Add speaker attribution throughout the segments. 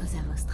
Speaker 1: Cosa Vostra.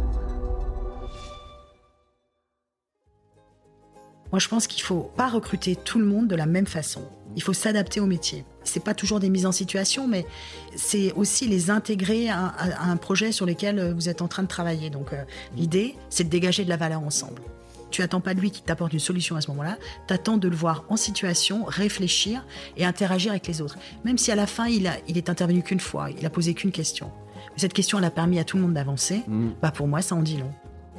Speaker 2: Moi, je pense qu'il ne faut pas recruter tout le monde de la même façon. Il faut s'adapter au métier. Ce n'est pas toujours des mises en situation, mais c'est aussi les intégrer à un projet sur lequel vous êtes en train de travailler. Donc, l'idée, c'est de dégager de la valeur ensemble. Tu n'attends pas de lui qui t'apporte une solution à ce moment-là. Tu attends de le voir en situation, réfléchir et interagir avec les autres. Même si à la fin, il est intervenu qu'une fois, il a posé qu'une question. Mais cette question, elle a permis à tout le monde d'avancer. Bah pour moi, ça en dit long.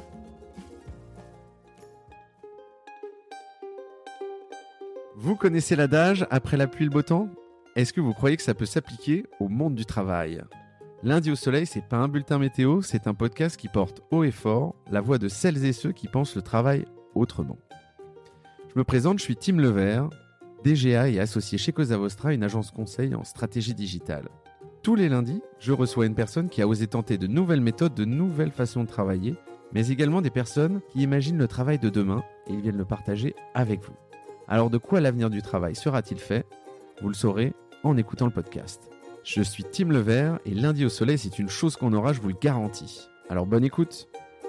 Speaker 3: Vous connaissez l'adage « après la pluie le beau temps » ? Est-ce que vous croyez que ça peut s'appliquer au monde du travail ? Lundi au soleil, c'est pas un bulletin météo, c'est un podcast qui porte haut et fort la voix de celles et ceux qui pensent le travail autrement. Je me présente, je suis Tim Levert, DGA et associé chez Cosa Vostra, une agence conseil en stratégie digitale. Tous les lundis, je reçois une personne qui a osé tenter de nouvelles méthodes, de nouvelles façons de travailler, mais également des personnes qui imaginent le travail de demain et ils viennent le partager avec vous. Alors de quoi l'avenir du travail sera-t-il fait ? Vous le saurez en écoutant le podcast. Je suis Tim Levert et lundi au soleil, c'est une chose qu'on aura, je vous le garantis. Alors bonne écoute.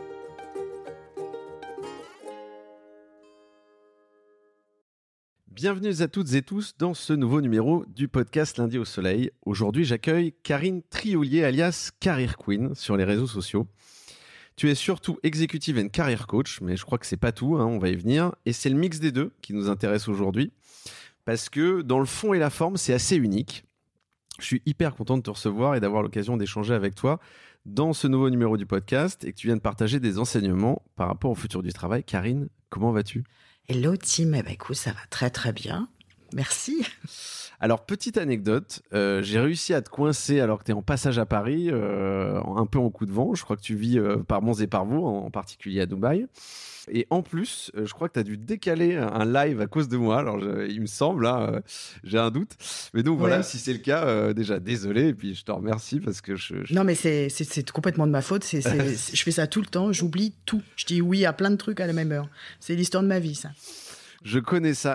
Speaker 3: Bienvenue à toutes et tous dans ce nouveau numéro du podcast Lundi au soleil. Aujourd'hui, j'accueille Karine Triollier alias Career Queen sur les réseaux sociaux. Tu es surtout executive and career coach, mais je crois que c'est pas tout, on va y venir. Et c'est le mix des deux qui nous intéresse aujourd'hui, parce que dans le fond et la forme, c'est assez unique. Je suis hyper content de te recevoir et d'avoir l'occasion d'échanger avec toi dans ce nouveau numéro du podcast et que tu viennes partager des enseignements par rapport au futur du travail. Karine, comment vas-tu ?
Speaker 2: Hello Tim, écoute, ça va très très bien. Merci.
Speaker 3: Alors, petite anecdote, j'ai réussi à te coincer alors que tu es en passage à Paris, un peu en coup de vent. Je crois que tu vis par Mons et par Vaux, en particulier à Dubaï. Et en plus, je crois que tu as dû décaler un live à cause de moi. Alors, il me semble, j'ai un doute. Mais donc voilà, si c'est le cas, déjà, désolé. Et puis, je te remercie parce que
Speaker 2: Non, mais c'est complètement de ma faute. Je fais ça tout le temps, j'oublie tout. Je dis oui à plein de trucs à la même heure. C'est l'histoire de ma vie, ça.
Speaker 3: Je connais ça.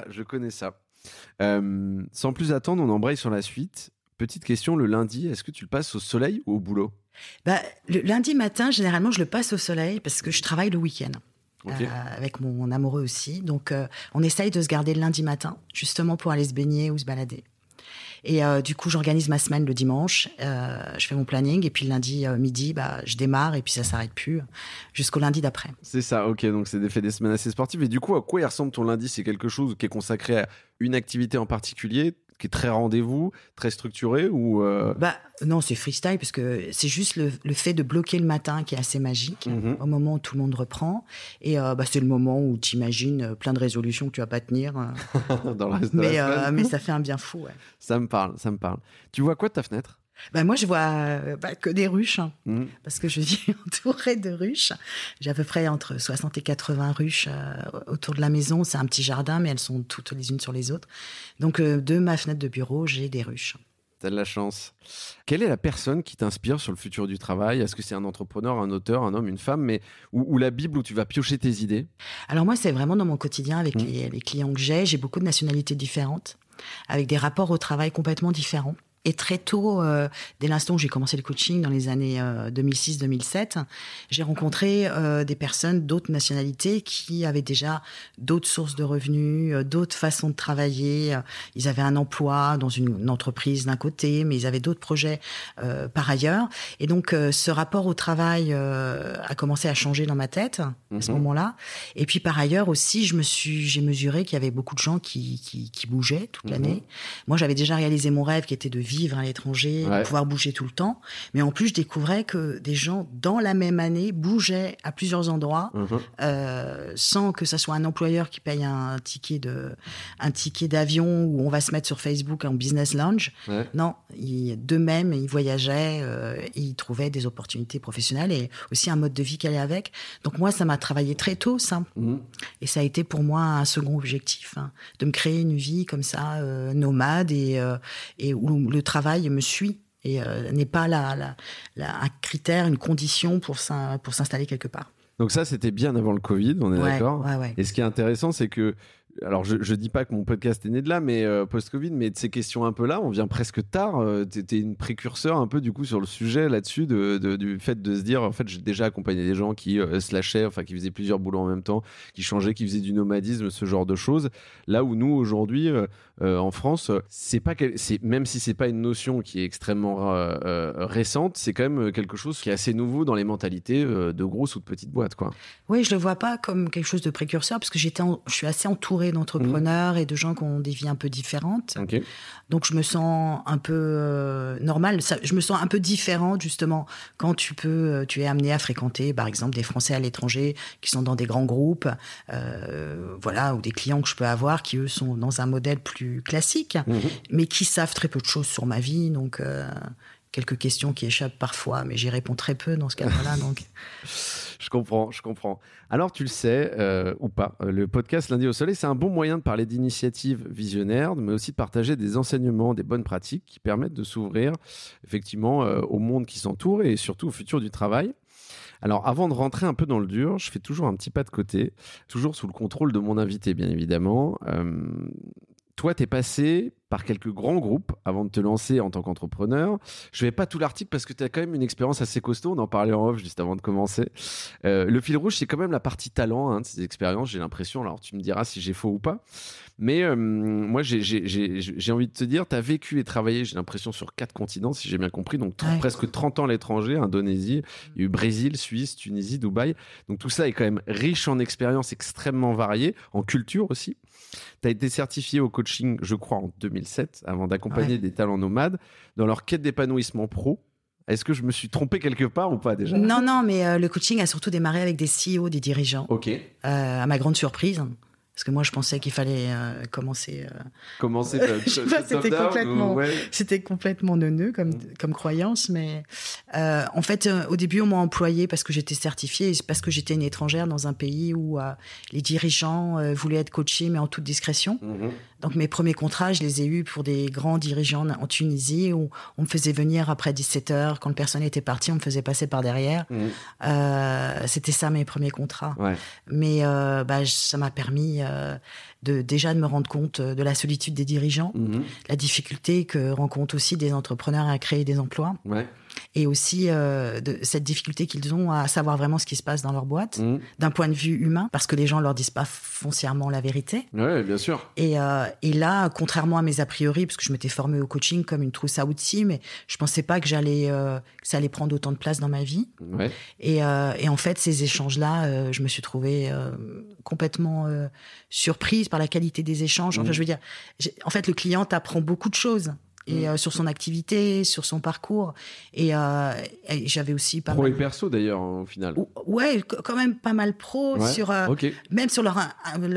Speaker 3: Sans plus attendre, on embraye sur la suite. Petite question, le lundi, est-ce que tu le passes au soleil ou au boulot ?
Speaker 2: Le lundi matin, généralement, je le passe au soleil parce que je travaille le week-end. Okay. Avec mon amoureux aussi. Donc, on essaye de se garder le lundi matin, justement pour aller se baigner ou se balader. Et du coup, j'organise ma semaine le dimanche, je fais mon planning et puis le lundi midi, je démarre et puis ça s'arrête plus jusqu'au lundi d'après.
Speaker 3: C'est ça, ok, donc c'est des semaines assez sportives. Et du coup, à quoi il ressemble ton lundi ? C'est quelque chose qui est consacré à une activité en particulier, qui est très rendez-vous, très structuré ou
Speaker 2: non, c'est freestyle parce que c'est juste le fait de bloquer le matin qui est assez magique au moment où tout le monde reprend et c'est le moment où tu imagines plein de résolutions que tu vas pas tenir
Speaker 3: dans le reste de la semaine.
Speaker 2: Mais ça fait un bien fou. Ouais.
Speaker 3: Ça me parle. Tu vois quoi de ta fenêtre ?
Speaker 2: Moi, je vois que des ruches, parce que je vis entourée de ruches. J'ai à peu près entre 60 et 80 ruches autour de la maison. C'est un petit jardin, mais elles sont toutes les unes sur les autres. Donc, de ma fenêtre de bureau, j'ai des ruches.
Speaker 3: T'as de la chance. Quelle est la personne qui t'inspire sur le futur du travail ? Est-ce que c'est un entrepreneur, un auteur, un homme, une femme, ou la Bible où tu vas piocher tes idées ? Alors
Speaker 2: moi, c'est vraiment dans mon quotidien avec les clients que j'ai. J'ai beaucoup de nationalités différentes, avec des rapports au travail complètement différents. Et très tôt, dès l'instant où j'ai commencé le coaching dans les années 2006-2007, j'ai rencontré des personnes d'autres nationalités qui avaient déjà d'autres sources de revenus, d'autres façons de travailler. Ils avaient un emploi dans une entreprise d'un côté, mais ils avaient d'autres projets par ailleurs. Et donc, ce rapport au travail a commencé à changer dans ma tête à ce moment-là. Et puis, par ailleurs aussi, j'ai mesuré qu'il y avait beaucoup de gens qui bougeaient toute l'année. Moi, j'avais déjà réalisé mon rêve qui était de vivre à l'étranger, de pouvoir bouger tout le temps. Mais en plus, je découvrais que des gens, dans la même année, bougeaient à plusieurs endroits, sans que ça soit un employeur qui paye un ticket d'avion où on va se mettre sur Facebook en business lounge. Ouais. Non, d'eux-mêmes, ils voyageaient, et ils trouvaient des opportunités professionnelles et aussi un mode de vie qui allait avec. Donc moi, ça m'a travaillé très tôt, ça. Et ça a été pour moi un second objectif, de me créer une vie comme ça, nomade et où le travail me suit et n'est pas un critère, une condition pour s'installer quelque part.
Speaker 3: Donc ça, c'était bien avant le Covid, on est d'accord ?
Speaker 2: Ouais.
Speaker 3: Et ce qui est intéressant, c'est que alors je dis pas que mon podcast est né de là, mais post-Covid, mais de ces questions un peu là, on vient presque tard. T'étais une précurseur un peu du coup sur le sujet là-dessus du fait de se dire, en fait, j'ai déjà accompagné des gens qui se lâchaient, enfin qui faisaient plusieurs boulots en même temps, qui changeaient, qui faisaient du nomadisme, ce genre de choses. Là où nous aujourd'hui en France, même si c'est pas une notion qui est extrêmement récente, c'est quand même quelque chose qui est assez nouveau dans les mentalités de grosses ou de petites boîtes, quoi.
Speaker 2: Oui, je le vois pas comme quelque chose de précurseur parce que je suis assez entourée d'entrepreneurs et de gens qui ont des vies un peu différentes.
Speaker 3: Okay.
Speaker 2: Donc je me sens un peu normale. Je me sens un peu différente justement quand tu es amené à fréquenter, par exemple, des Français à l'étranger qui sont dans des grands groupes, voilà, ou des clients que je peux avoir qui eux sont dans un modèle plus classique, mais qui savent très peu de choses sur ma vie. Donc quelques questions qui échappent parfois, mais j'y réponds très peu dans ce cadre-là. Donc.
Speaker 3: Je comprends. Alors, tu le sais, ou pas, le podcast Lundi au Soleil, c'est un bon moyen de parler d'initiatives visionnaires, mais aussi de partager des enseignements, des bonnes pratiques qui permettent de s'ouvrir effectivement au monde qui s'entoure et surtout au futur du travail. Alors, avant de rentrer un peu dans le dur, je fais toujours un petit pas de côté, toujours sous le contrôle de mon invité, bien évidemment. Toi, tu es passé par quelques grands groupes avant de te lancer en tant qu'entrepreneur. Je ne vais pas tout l'article parce que tu as quand même une expérience assez costaud. On en parlait en off juste avant de commencer. Le fil rouge, c'est quand même la partie talent de ces expériences, j'ai l'impression. Alors, tu me diras si j'ai faux ou pas. Mais moi, j'ai envie de te dire, tu as vécu et travaillé, j'ai l'impression, sur 4 continents, si j'ai bien compris. Donc, presque 30 ans à l'étranger, Indonésie, il y a eu Brésil, Suisse, Tunisie, Dubaï. Donc, tout ça est quand même riche en expériences extrêmement variées, en culture aussi. Tu as été certifié au coaching, je crois, en 2007, avant d'accompagner des talents nomades dans leur quête d'épanouissement pro. Est-ce que je me suis trompé quelque part ou pas déjà ?
Speaker 2: Non, mais le coaching a surtout démarré avec des CEO, des dirigeants.
Speaker 3: Ok.
Speaker 2: À ma grande surprise. Parce que moi, je pensais qu'il fallait commencer. C'était complètement neuneux comme croyance. Mais en fait, au début, on m'a employée parce que j'étais certifiée, et parce que j'étais une étrangère dans un pays où les dirigeants voulaient être coachés, mais en toute discrétion. Donc, mes premiers contrats, je les ai eus pour des grands dirigeants en Tunisie où on me faisait venir après 17h. Quand le personnel était parti, on me faisait passer par derrière. C'était ça, mes premiers contrats. Ouais. Mais ça m'a permis déjà de me rendre compte de la solitude des dirigeants, la difficulté que rencontrent aussi des entrepreneurs à créer des emplois. Ouais. Et aussi de cette difficulté qu'ils ont à savoir vraiment ce qui se passe dans leur boîte, d'un point de vue humain, parce que les gens ne leur disent pas foncièrement la vérité.
Speaker 3: Oui, bien sûr.
Speaker 2: Et là, contrairement à mes a priori, parce que je m'étais formée au coaching comme une trousse à outils, mais je ne pensais pas que ça allait prendre autant de place dans ma vie. Ouais. Et en fait, ces échanges-là, je me suis trouvée complètement surprise par la qualité des échanges. Enfin, je veux dire, en fait, le client t'apprend beaucoup de choses. Et sur son activité, sur son parcours. Et j'avais aussi pas
Speaker 3: pro
Speaker 2: mal...
Speaker 3: et perso, d'ailleurs, au final.
Speaker 2: Ouais, quand même pas mal pro, même sur leurs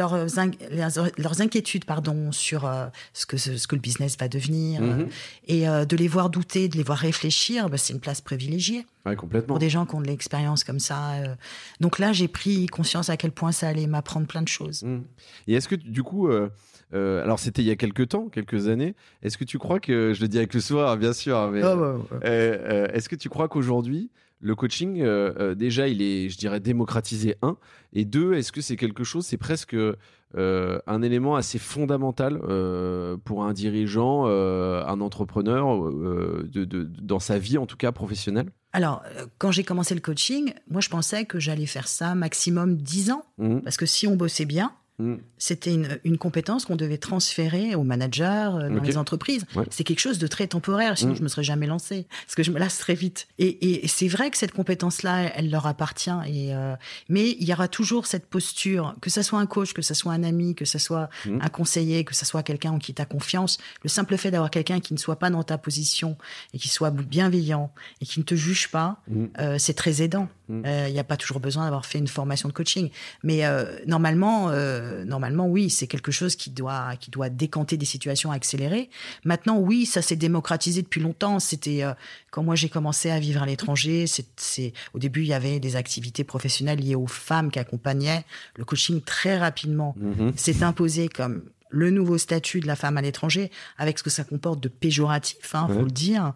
Speaker 2: inquiétudes, sur ce que le business va devenir. Et de les voir douter, de les voir réfléchir, c'est une place privilégiée.
Speaker 3: Ouais, complètement.
Speaker 2: Pour des gens qui ont de l'expérience comme ça. Donc là, j'ai pris conscience à quel point ça allait m'apprendre plein de choses.
Speaker 3: Et est-ce que, du coup... alors, c'était il y a quelques années. Est-ce que tu crois que, je le dis avec le sourire, bien sûr, mais est-ce que tu crois qu'aujourd'hui, le coaching, déjà, il est, je dirais, démocratisé, 1, et 2, est-ce que c'est quelque chose, c'est presque un élément assez fondamental pour un dirigeant, un entrepreneur, dans sa vie, en tout cas, professionnelle ?
Speaker 2: Alors, quand j'ai commencé le coaching, moi, je pensais que j'allais faire ça maximum 10 ans, parce que si on bossait bien, c'était une compétence qu'on devait transférer aux managers dans les entreprises. Ouais. C'est quelque chose de très temporaire, sinon je ne me serais jamais lancée, parce que je me lasse très vite. Et c'est vrai que cette compétence-là, elle leur appartient. Mais il y aura toujours cette posture, que ça soit un coach, que ça soit un ami, que ça soit un conseiller, que ça soit quelqu'un en qui tu as confiance. Le simple fait d'avoir quelqu'un qui ne soit pas dans ta position et qui soit bienveillant et qui ne te juge pas, c'est très aidant. Il n'y a pas toujours besoin d'avoir fait une formation de coaching. Mais normalement, oui, c'est quelque chose qui doit décanter des situations accélérées. Maintenant, oui, ça s'est démocratisé depuis longtemps. C'était quand moi j'ai commencé à vivre à l'étranger. Au début, il y avait des activités professionnelles liées aux femmes qui accompagnaient. Le coaching très rapidement s'est imposé comme le nouveau statut de la femme à l'étranger, avec ce que ça comporte de péjoratif, faut le dire.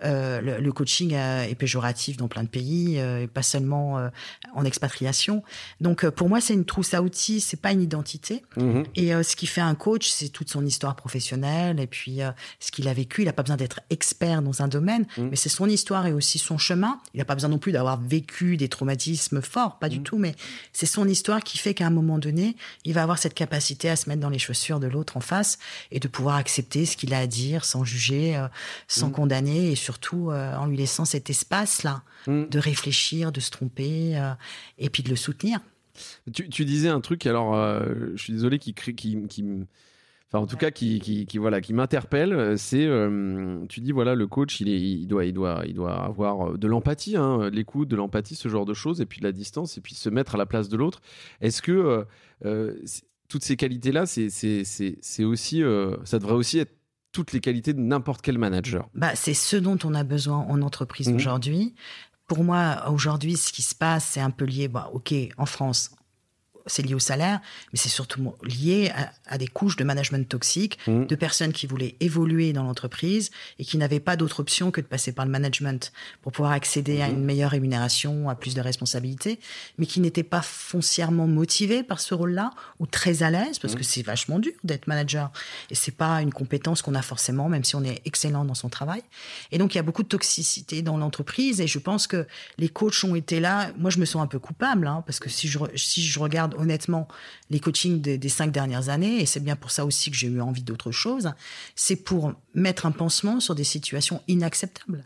Speaker 2: Le coaching est péjoratif dans plein de pays, et pas seulement en expatriation. Donc, pour moi, c'est une trousse à outils, c'est pas une identité. Et ce qui fait un coach, c'est toute son histoire professionnelle, et puis ce qu'il a vécu. Il n'a pas besoin d'être expert dans un domaine, mais c'est son histoire et aussi son chemin. Il n'a pas besoin non plus d'avoir vécu des traumatismes forts, pas du tout, mais c'est son histoire qui fait qu'à un moment donné, il va avoir cette capacité à se mettre dans les chaussures de l'autre en face et de pouvoir accepter ce qu'il a à dire sans juger, sans condamner et surtout en lui laissant cet espace-là de réfléchir, de se tromper et puis de le soutenir.
Speaker 3: Tu disais un truc, alors je suis désolé, enfin, en tout cas, qui m'interpelle, c'est, tu dis, voilà, le coach, il doit avoir de l'empathie, de l'écoute, de l'empathie, ce genre de choses, et puis de la distance, et puis se mettre à la place de l'autre. Est-ce que toutes ces qualités-là, c'est aussi, ça devrait aussi être toutes les qualités de n'importe quel manager?
Speaker 2: C'est ce dont on a besoin en entreprise aujourd'hui. Pour moi, aujourd'hui, ce qui se passe, c'est un peu lié, OK, en France, c'est lié au salaire, mais c'est surtout lié à des couches de management toxiques, de personnes qui voulaient évoluer dans l'entreprise et qui n'avaient pas d'autre option que de passer par le management pour pouvoir accéder à une meilleure rémunération, à plus de responsabilités, mais qui n'étaient pas foncièrement motivés par ce rôle-là ou très à l'aise, parce que c'est vachement dur d'être manager. Et c'est pas une compétence qu'on a forcément, même si on est excellent dans son travail. Et donc, il y a beaucoup de toxicité dans l'entreprise et je pense que les coachs ont été là. Moi, je me sens un peu coupable, parce que si je regarde honnêtement les coachings des 5 dernières années, et c'est bien pour ça aussi que j'ai eu envie d'autre chose, c'est pour mettre un pansement sur des situations inacceptables.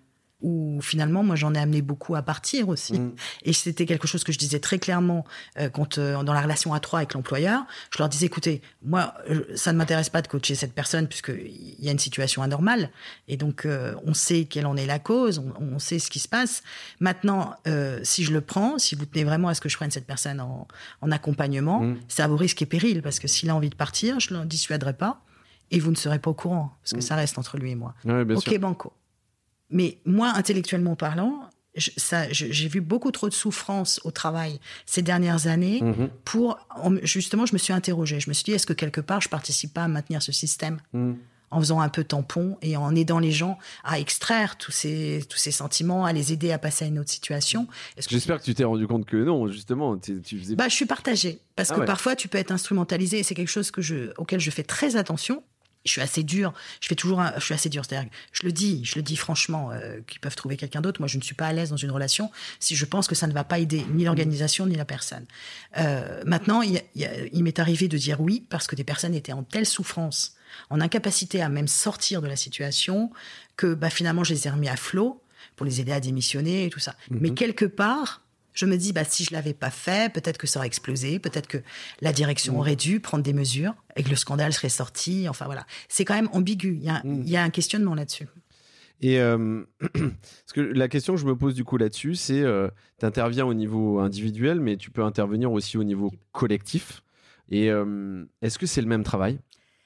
Speaker 2: Où finalement, moi, j'en ai amené beaucoup à partir aussi. Et c'était quelque chose que je disais très clairement dans la relation à 3 avec l'employeur. Je leur disais, écoutez, moi, ça ne m'intéresse pas de coacher cette personne puisqu'il y a une situation anormale. Et donc, on sait quelle en est la cause, on sait ce qui se passe. Maintenant, si je le prends, si vous tenez vraiment à ce que je prenne cette personne en accompagnement, c'est à vos risques et périls. Parce que s'il a envie de partir, je ne le dissuaderai pas. Et vous ne serez pas au courant. Parce que ça reste entre lui et moi.
Speaker 3: Ouais, bien sûr.
Speaker 2: Banco. Mais moi, intellectuellement parlant, j'ai vu beaucoup trop de souffrance au travail ces dernières années justement, je me suis interrogée. Je me suis dit, est-ce que quelque part, je participe pas à maintenir ce système en faisant un peu tampon et en aidant les gens à extraire tous ces sentiments, à les aider à passer à une autre situation.
Speaker 3: J'espère que tu t'es rendu compte que non, justement, tu faisais...
Speaker 2: Je suis partagée. Parce que parfois, tu peux être instrumentalisé et c'est quelque chose auquel je fais très attention. Je suis assez dure. Je suis assez dure. C'est-à-dire que je le dis franchement, qu'ils peuvent trouver quelqu'un d'autre. Moi, je ne suis pas à l'aise dans une relation si je pense que ça ne va pas aider ni l'organisation ni la personne. Maintenant, il m'est arrivé de dire oui parce que des personnes étaient en telle souffrance, en incapacité à même sortir de la situation, que finalement, je les ai remis à flot pour les aider à démissionner et tout ça. Mais quelque part, je me dis, si je l'avais pas fait, peut-être que ça aurait explosé, peut-être que la direction aurait dû prendre des mesures et que le scandale serait sorti. Enfin voilà, c'est quand même ambigu. Il y a un questionnement là-dessus.
Speaker 3: Et parce que la question que je me pose du coup là-dessus, c'est tu interviens au niveau individuel, mais tu peux intervenir aussi au niveau collectif. Et est-ce que c'est le même travail ?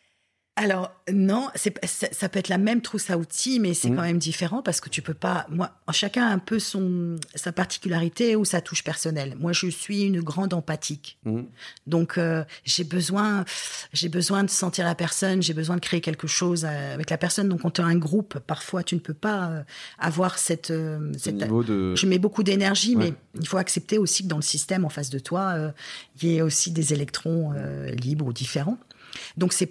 Speaker 2: Alors, non, ça peut être la même trousse à outils, mais c'est quand même différent parce que tu peux pas... chacun a un peu sa particularité ou sa touche personnelle. Moi, je suis une grande empathique. Donc, j'ai besoin de sentir la personne, j'ai besoin de créer quelque chose avec la personne. Donc, quand tu as un groupe, parfois, tu ne peux pas avoir cette niveau de... Je mets beaucoup d'énergie, mais il faut accepter aussi que dans le système en face de toi, il y ait aussi des électrons libres ou différents. Donc c'est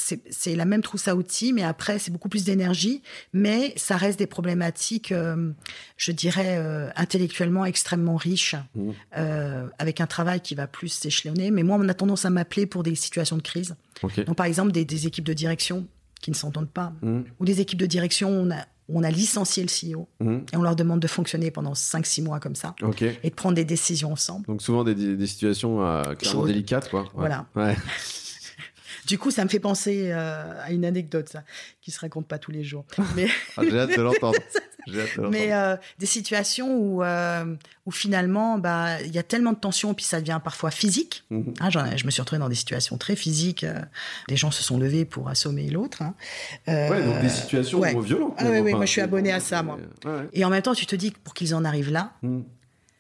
Speaker 2: la même trousse à outils, mais après c'est beaucoup plus d'énergie, mais ça reste des problématiques, je dirais intellectuellement extrêmement riches, avec un travail qui va plus s'échelonner. Mais moi, on a tendance à m'appeler pour des situations de crise. Donc par exemple des équipes de direction qui ne s'entendent pas, ou des équipes de direction où on a licencié le CEO et on leur demande de fonctionner pendant 5-6 mois comme ça et de prendre des décisions ensemble.
Speaker 3: Donc souvent des situations clairement délicates, quoi.
Speaker 2: Voilà. Ouais. Du coup, ça me fait penser à une anecdote, ça, qui se raconte pas tous les jours. Mais
Speaker 3: j'ai hâte de l'entendre.
Speaker 2: Mais des situations où finalement, il y a tellement de tension, puis ça devient parfois physique. Je me suis retrouvée dans des situations très physiques. Des gens se sont levés pour assommer l'autre.
Speaker 3: Donc des situations violentes.
Speaker 2: Oui, moi je suis abonnée à ça, moi. Et en même temps, tu te dis que pour qu'ils en arrivent là,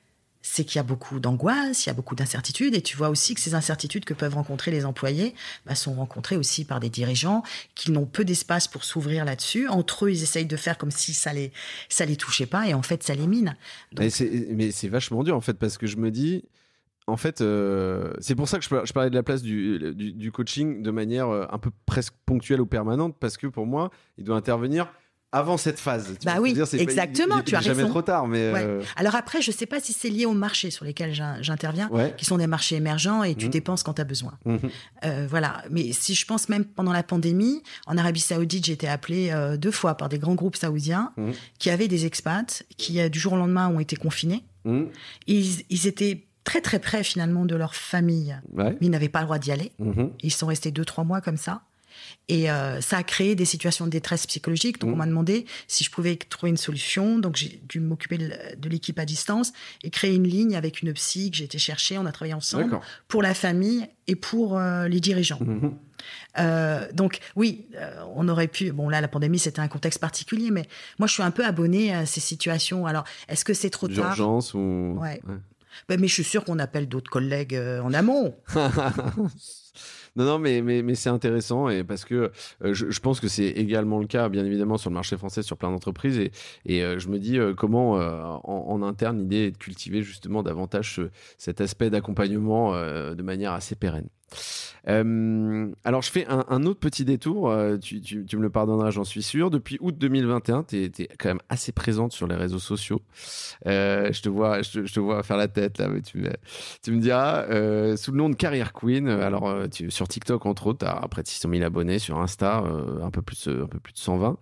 Speaker 2: c'est qu'il y a beaucoup d'angoisse, il y a beaucoup d'incertitudes, et tu vois aussi que ces incertitudes que peuvent rencontrer les employés sont rencontrées aussi par des dirigeants qui n'ont peu d'espace pour s'ouvrir là-dessus. Entre eux, ils essayent de faire comme si ça les touchait pas, et en fait, ça les mine. Donc...
Speaker 3: Mais c'est vachement dur, en fait, parce que je me dis... En fait, c'est pour ça que je parlais de la place du coaching de manière un peu presque ponctuelle ou permanente, parce que pour moi, il doit intervenir avant cette phase.
Speaker 2: Bah oui, exactement, tu as raison.
Speaker 3: Jamais trop tard, mais...
Speaker 2: Alors après, je ne sais pas si c'est lié aux marchés sur lesquels j'interviens, qui sont des marchés émergents et tu dépenses quand tu as besoin. Voilà. Mais si je pense même pendant la pandémie, en Arabie Saoudite, j'ai été appelée 2 fois par des grands groupes saoudiens qui avaient des expats qui, du jour au lendemain, ont été confinés. Ils étaient très très près finalement de leur famille, mais ils n'avaient pas le droit d'y aller. Ils sont restés 2-3 mois comme ça. Et ça a créé des situations de détresse psychologique. Donc, on m'a demandé si je pouvais trouver une solution. Donc, j'ai dû m'occuper de l'équipe à distance et créer une ligne avec une psy que j'ai été chercher. On a travaillé ensemble pour la famille et pour les dirigeants. Donc, oui, on aurait pu... Bon, là, la pandémie, c'était un contexte particulier, mais moi, je suis un peu abonnée à ces situations. Alors, est-ce que c'est trop tard ?
Speaker 3: D'urgence ou...
Speaker 2: Ouais. Mais je suis sûre qu'on appelle d'autres collègues en amont.
Speaker 3: Non, mais c'est intéressant et parce que je pense que c'est également le cas, bien évidemment, sur le marché français, sur plein d'entreprises. Et je me dis comment, en interne, l'idée est de cultiver justement davantage cet aspect d'accompagnement de manière assez pérenne. Alors, je fais un autre petit détour. Tu me le pardonneras, j'en suis sûr. Depuis août 2021, tu es quand même assez présente sur les réseaux sociaux. Je te vois faire la tête là, mais tu me diras sous le nom de Career Queen. Alors, sur TikTok entre autres, tu as près de 600 000 abonnés. Sur Insta, un peu plus de 120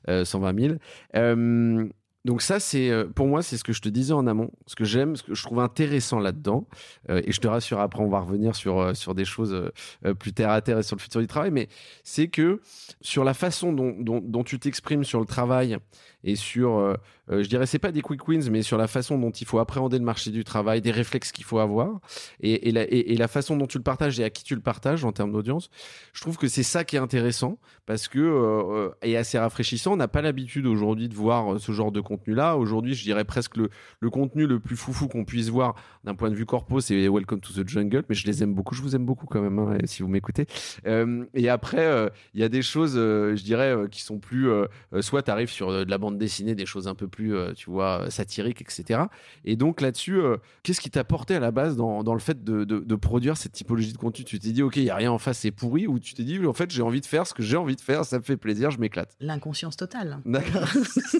Speaker 3: 000. Donc ça, pour moi, c'est ce que je te disais en amont, ce que j'aime, ce que je trouve intéressant là-dedans. Et je te rassure, après, on va revenir sur des choses plus terre à terre et sur le futur du travail. Mais c'est que sur la façon dont tu t'exprimes sur le travail et sur, je dirais, c'est pas des quick wins, mais sur la façon dont il faut appréhender le marché du travail, des réflexes qu'il faut avoir et la façon dont tu le partages et à qui tu le partages en termes d'audience, je trouve que c'est ça qui est intéressant parce que et assez rafraîchissant. On n'a pas l'habitude aujourd'hui de voir ce genre de contenu-là. Aujourd'hui, je dirais presque le contenu le plus foufou qu'on puisse voir d'un point de vue corpo, c'est Welcome to the Jungle, mais je les aime beaucoup, je vous aime beaucoup quand même, hein, si vous m'écoutez. Et après, il y a des choses, je dirais, qui sont plus... soit tu arrives sur de la bande dessinée, des choses un peu plus, tu vois, satiriques, etc. Et donc là-dessus, qu'est-ce qui t'a porté à la base dans le fait de produire cette typologie de contenu ? Tu t'es dit, ok, il n'y a rien en face, c'est pourri, ou tu t'es dit, en fait, j'ai envie de faire ce que j'ai envie de faire, ça me fait plaisir, je m'éclate.
Speaker 2: L'inconscience totale.
Speaker 3: D'accord.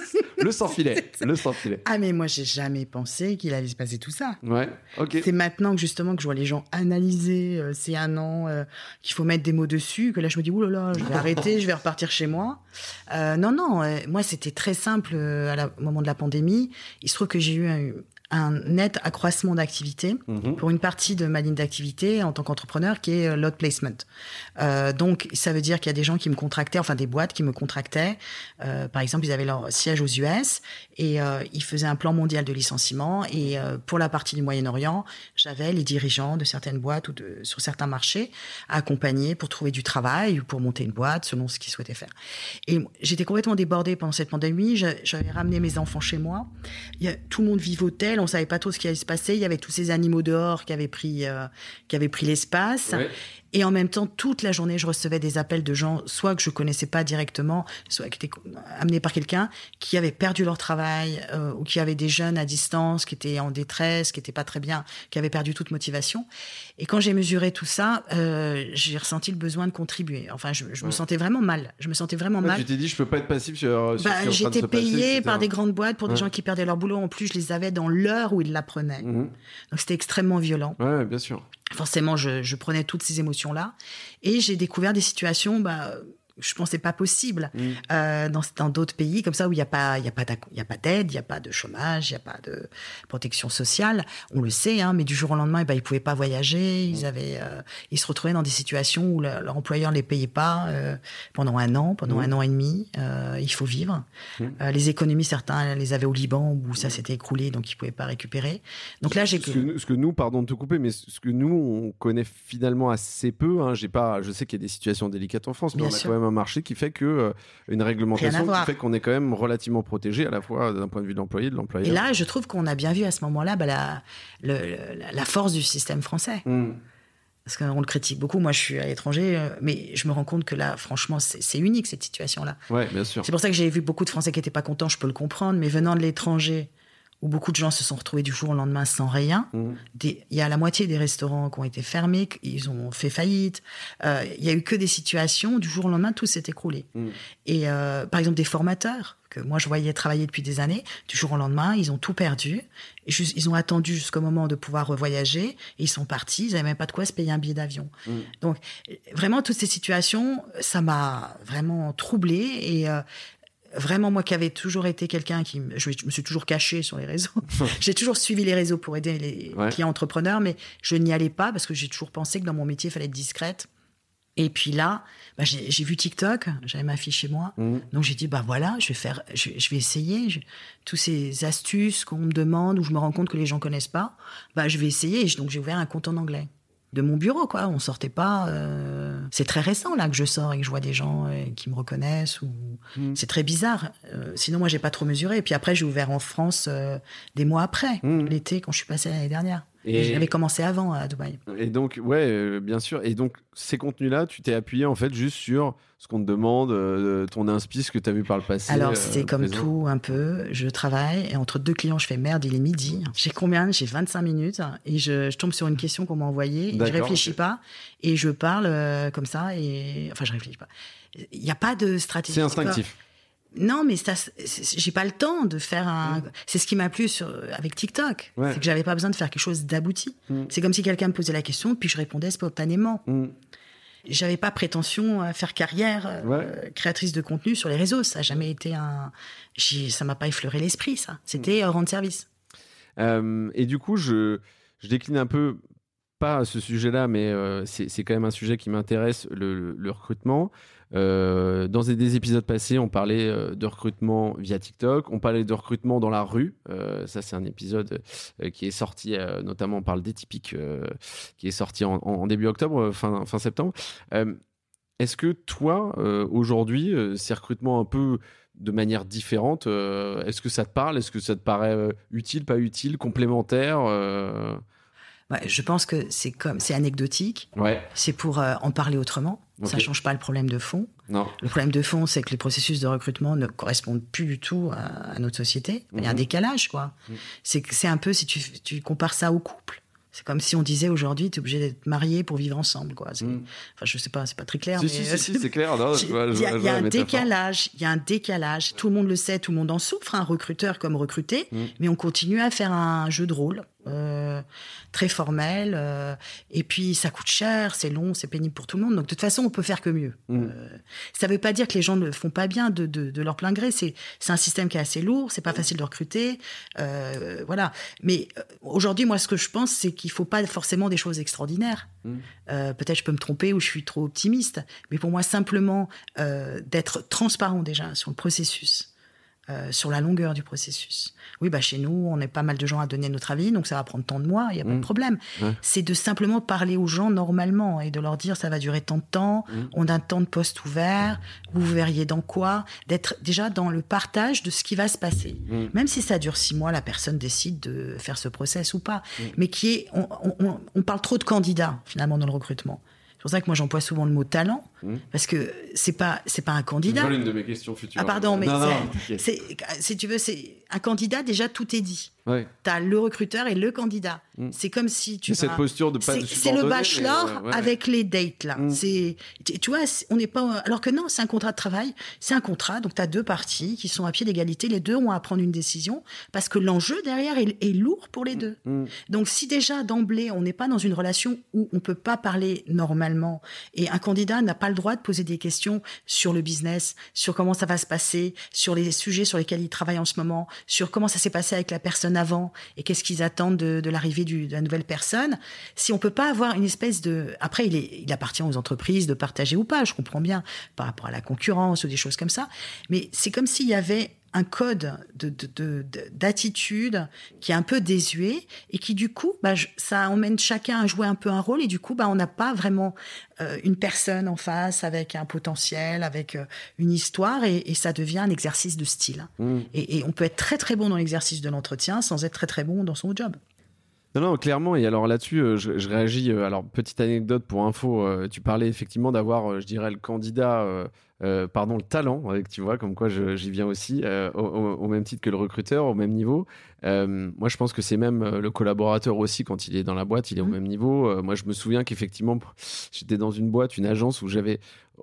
Speaker 3: Le sans-filet.
Speaker 2: Ah, mais moi, j'ai jamais pensé qu'il allait se passer tout ça.
Speaker 3: Ouais, ok.
Speaker 2: C'est maintenant que justement que je vois les gens analyser, c'est un an, qu'il faut mettre des mots dessus, que là, je me dis, oulala, je vais arrêter, je vais repartir chez moi. Non, moi, c'était très simple au moment de la pandémie. Il se trouve que j'ai eu un net accroissement d'activité pour une partie de ma ligne d'activité en tant qu'entrepreneur qui est lot placement. Donc, ça veut dire qu'il y a des gens qui me contractaient, enfin des boîtes qui me contractaient. Par exemple, ils avaient leur siège aux US et ils faisaient un plan mondial de licenciement. Et pour la partie du Moyen-Orient, j'avais les dirigeants de certaines boîtes ou sur certains marchés à accompagner pour trouver du travail ou pour monter une boîte selon ce qu'ils souhaitaient faire. Et j'étais complètement débordée pendant cette pandémie. J'avais ramené mes enfants chez moi. Tout le monde vivotait. On savait pas trop ce qui allait se passer. Il y avait tous ces animaux dehors qui avaient pris l'espace. Ouais. Et en même temps, toute la journée, je recevais des appels de gens, soit que je connaissais pas directement, soit qui étaient amenés par quelqu'un, qui avaient perdu leur travail, ou qui avaient des jeunes à distance, qui étaient en détresse, qui étaient pas très bien, qui avaient perdu toute motivation. Et quand j'ai mesuré tout ça, j'ai ressenti le besoin de contribuer. Enfin, je me sentais vraiment mal. Je me sentais vraiment mal.
Speaker 3: Tu t'es dit, je peux pas être passif sur
Speaker 2: j'étais payée par des grandes boîtes pour des gens qui perdaient leur boulot. En plus, je les avais dans l'heure où ils l'apprenaient. Donc, c'était extrêmement violent.
Speaker 3: Ouais, bien sûr.
Speaker 2: Forcément, je prenais toutes ces émotions-là et j'ai découvert des situations, je pensais pas possible dans d'autres pays comme ça où il y a pas d'aide, il y a pas de chômage, il y a pas de protection sociale. On le sait, hein, mais du jour au lendemain, ils pouvaient pas voyager. Ils se retrouvaient dans des situations où leur employeur les payait pas pendant un an et demi. Il faut vivre. Les économies, certains les avaient au Liban où ça s'était écroulé, donc ils pouvaient pas récupérer. Donc là, ce
Speaker 3: que nous, pardon de te couper, mais ce que nous on connaît finalement assez peu. Hein, je sais qu'il y a des situations délicates en France, mais on a quand même un marché qui fait que une réglementation qui fait qu'on est quand même relativement protégé à la fois d'un point de vue de l'employé et de l'employeur.
Speaker 2: Et là, je trouve qu'on a bien vu à ce moment-là la force du système français. Parce qu'on le critique beaucoup. Moi, je suis à l'étranger, mais je me rends compte que là, franchement, c'est unique, cette situation-là.
Speaker 3: Ouais, bien sûr.
Speaker 2: C'est pour ça que j'ai vu beaucoup de Français qui n'étaient pas contents, je peux le comprendre, mais venant de l'étranger, où beaucoup de gens se sont retrouvés du jour au lendemain sans rien, il y a la moitié des restaurants qui ont été fermés, ils ont fait faillite. Il n'y a eu que des situations, du jour au lendemain, tout s'est écroulé. Et par exemple, des formateurs, que moi je voyais travailler depuis des années, du jour au lendemain, ils ont tout perdu. Ils ont attendu jusqu'au moment de pouvoir voyager, et ils sont partis, ils n'avaient même pas de quoi se payer un billet d'avion. Donc, vraiment, toutes ces situations, ça m'a vraiment troublée. Et vraiment, moi qui avais toujours été quelqu'un je me suis toujours cachée sur les réseaux. J'ai toujours suivi les réseaux pour aider les clients entrepreneurs, mais je n'y allais pas parce que j'ai toujours pensé que dans mon métier, il fallait être discrète. Et puis là, j'ai vu TikTok, j'avais ma fille chez moi, donc j'ai dit voilà, je vais essayer toutes ces astuces qu'on me demande, où je me rends compte que les gens connaissent pas, je vais essayer. Donc j'ai ouvert un compte en anglais de mon bureau, quoi. On sortait pas. C'est très récent là que je sors et que je vois des gens qui me reconnaissent. C'est très bizarre. Sinon, moi, j'ai pas trop mesuré. Et puis après, j'ai ouvert en France des mois après, l'été, quand je suis passée l'année dernière. Et j'avais commencé avant à Dubaï.
Speaker 3: Et donc, bien sûr. Et donc, ces contenus-là, tu t'es appuyé en fait juste sur ce qu'on te demande, ton inspi, ce que tu as vu par le passé.
Speaker 2: Alors, c'est comme tout un peu. Je travaille et entre deux clients, je fais merde, il est midi. J'ai 25 minutes et je tombe sur une question qu'on m'a envoyée. Je réfléchis pas et je parle comme ça. Enfin, je réfléchis pas. Il n'y a pas de stratégie.
Speaker 3: C'est instinctif.
Speaker 2: Non, mais j'ai pas le temps de faire C'est ce qui m'a plu avec TikTok. Ouais. C'est que j'avais pas besoin de faire quelque chose d'abouti. C'est comme si quelqu'un me posait la question, puis je répondais spontanément. J'avais pas prétention à faire carrière créatrice de contenu sur les réseaux. Ça a jamais été ça m'a pas effleuré l'esprit, ça. C'était rendre service.
Speaker 3: Et du coup, je décline un peu, pas ce sujet-là, mais c'est quand même un sujet qui m'intéresse, le recrutement. Dans des épisodes passés, on parlait de recrutement via TikTok, on parlait de recrutement dans la rue. Ça, c'est un épisode qui est sorti, notamment on parle d'Atypique, qui est sorti en début octobre, fin septembre. Est-ce que toi, aujourd'hui, ces recrutements un peu de manière différente, est-ce que ça te parle? Est-ce que ça te paraît utile, pas utile, complémentaire?
Speaker 2: Je pense que c'est anecdotique. C'est pour en parler autrement. Ça change pas le problème de fond.
Speaker 3: Non.
Speaker 2: Le problème de fond, c'est que les processus de recrutement ne correspondent plus du tout à notre société. Il y a un décalage, quoi. C'est un peu, si tu compares ça au couple. C'est comme si on disait aujourd'hui, tu es obligé d'être marié pour vivre ensemble, quoi. Enfin, je sais pas, c'est pas très clair.
Speaker 3: Si, c'est clair.
Speaker 2: Il y a un décalage. Il y a un décalage. Tout le monde le sait, tout le monde en souffre, un recruteur comme recruté, mais on continue à faire un jeu de rôle. Très formel, et puis ça coûte cher, c'est long, c'est pénible pour tout le monde, donc de toute façon on peut faire que mieux. Ça veut pas dire que les gens ne font pas bien de leur plein gré, c'est un système qui est assez lourd, c'est pas facile de recruter, voilà. Mais aujourd'hui, moi ce que je pense, c'est qu'il faut pas forcément des choses extraordinaires. Peut-être je peux me tromper ou je suis trop optimiste, mais pour moi simplement d'être transparent déjà sur le processus, sur la longueur du processus. Oui, chez nous, on est pas mal de gens à donner notre avis, donc ça va prendre tant de mois, il n'y a pas de problème. C'est de simplement parler aux gens normalement et de leur dire ça va durer tant de temps, on a tant de postes ouverts, vous verriez dans quoi, d'être déjà dans le partage de ce qui va se passer. Même si ça dure 6 mois, la personne décide de faire ce process ou pas. Mais on parle trop de candidats, finalement, dans le recrutement. C'est pour ça que moi j'emploie souvent le mot talent, parce que c'est pas un candidat.
Speaker 3: C'est une de mes questions futures.
Speaker 2: Ah pardon, mais si tu veux, c'est un candidat, déjà tout est dit. T'as le recruteur et le candidat. C'est comme si
Speaker 3: cette posture de pas de
Speaker 2: c'est le bachelor avec les dates là. Tu vois, on n'est pas, alors que non, c'est un contrat de travail, c'est un contrat, donc t'as deux parties qui sont à pied d'égalité, les deux ont à prendre une décision parce que l'enjeu derrière est lourd pour les deux. Donc si déjà d'emblée on n'est pas dans une relation où on peut pas parler normalement et un candidat n'a pas le droit de poser des questions sur le business, sur comment ça va se passer, sur les sujets sur lesquels il travaille en ce moment, sur comment ça s'est passé avec la personne avant et qu'est-ce qu'ils attendent de l'arrivée de la nouvelle personne. Si on peut pas avoir une espèce de... Après, il appartient aux entreprises de partager ou pas, je comprends bien, par rapport à la concurrence ou des choses comme ça, mais c'est comme s'il y avait un code d'attitude qui est un peu désuet et qui, du coup, ça emmène chacun à jouer un peu un rôle et du coup, on n'a pas vraiment une personne en face avec un potentiel, avec une histoire et ça devient un exercice de style. Et on peut être très, très bon dans l'exercice de l'entretien sans être très, très bon dans son job.
Speaker 3: Non, clairement. Et alors là-dessus, je réagis. Alors, petite anecdote pour info. Tu parlais effectivement d'avoir, je dirais, le candidat, le talent, tu vois, comme quoi j'y viens aussi, au même titre que le recruteur, au même niveau. Moi, je pense que c'est même le collaborateur aussi, quand il est dans la boîte, il est au même niveau. Moi, je me souviens qu'effectivement, j'étais dans une boîte, une agence où j'avais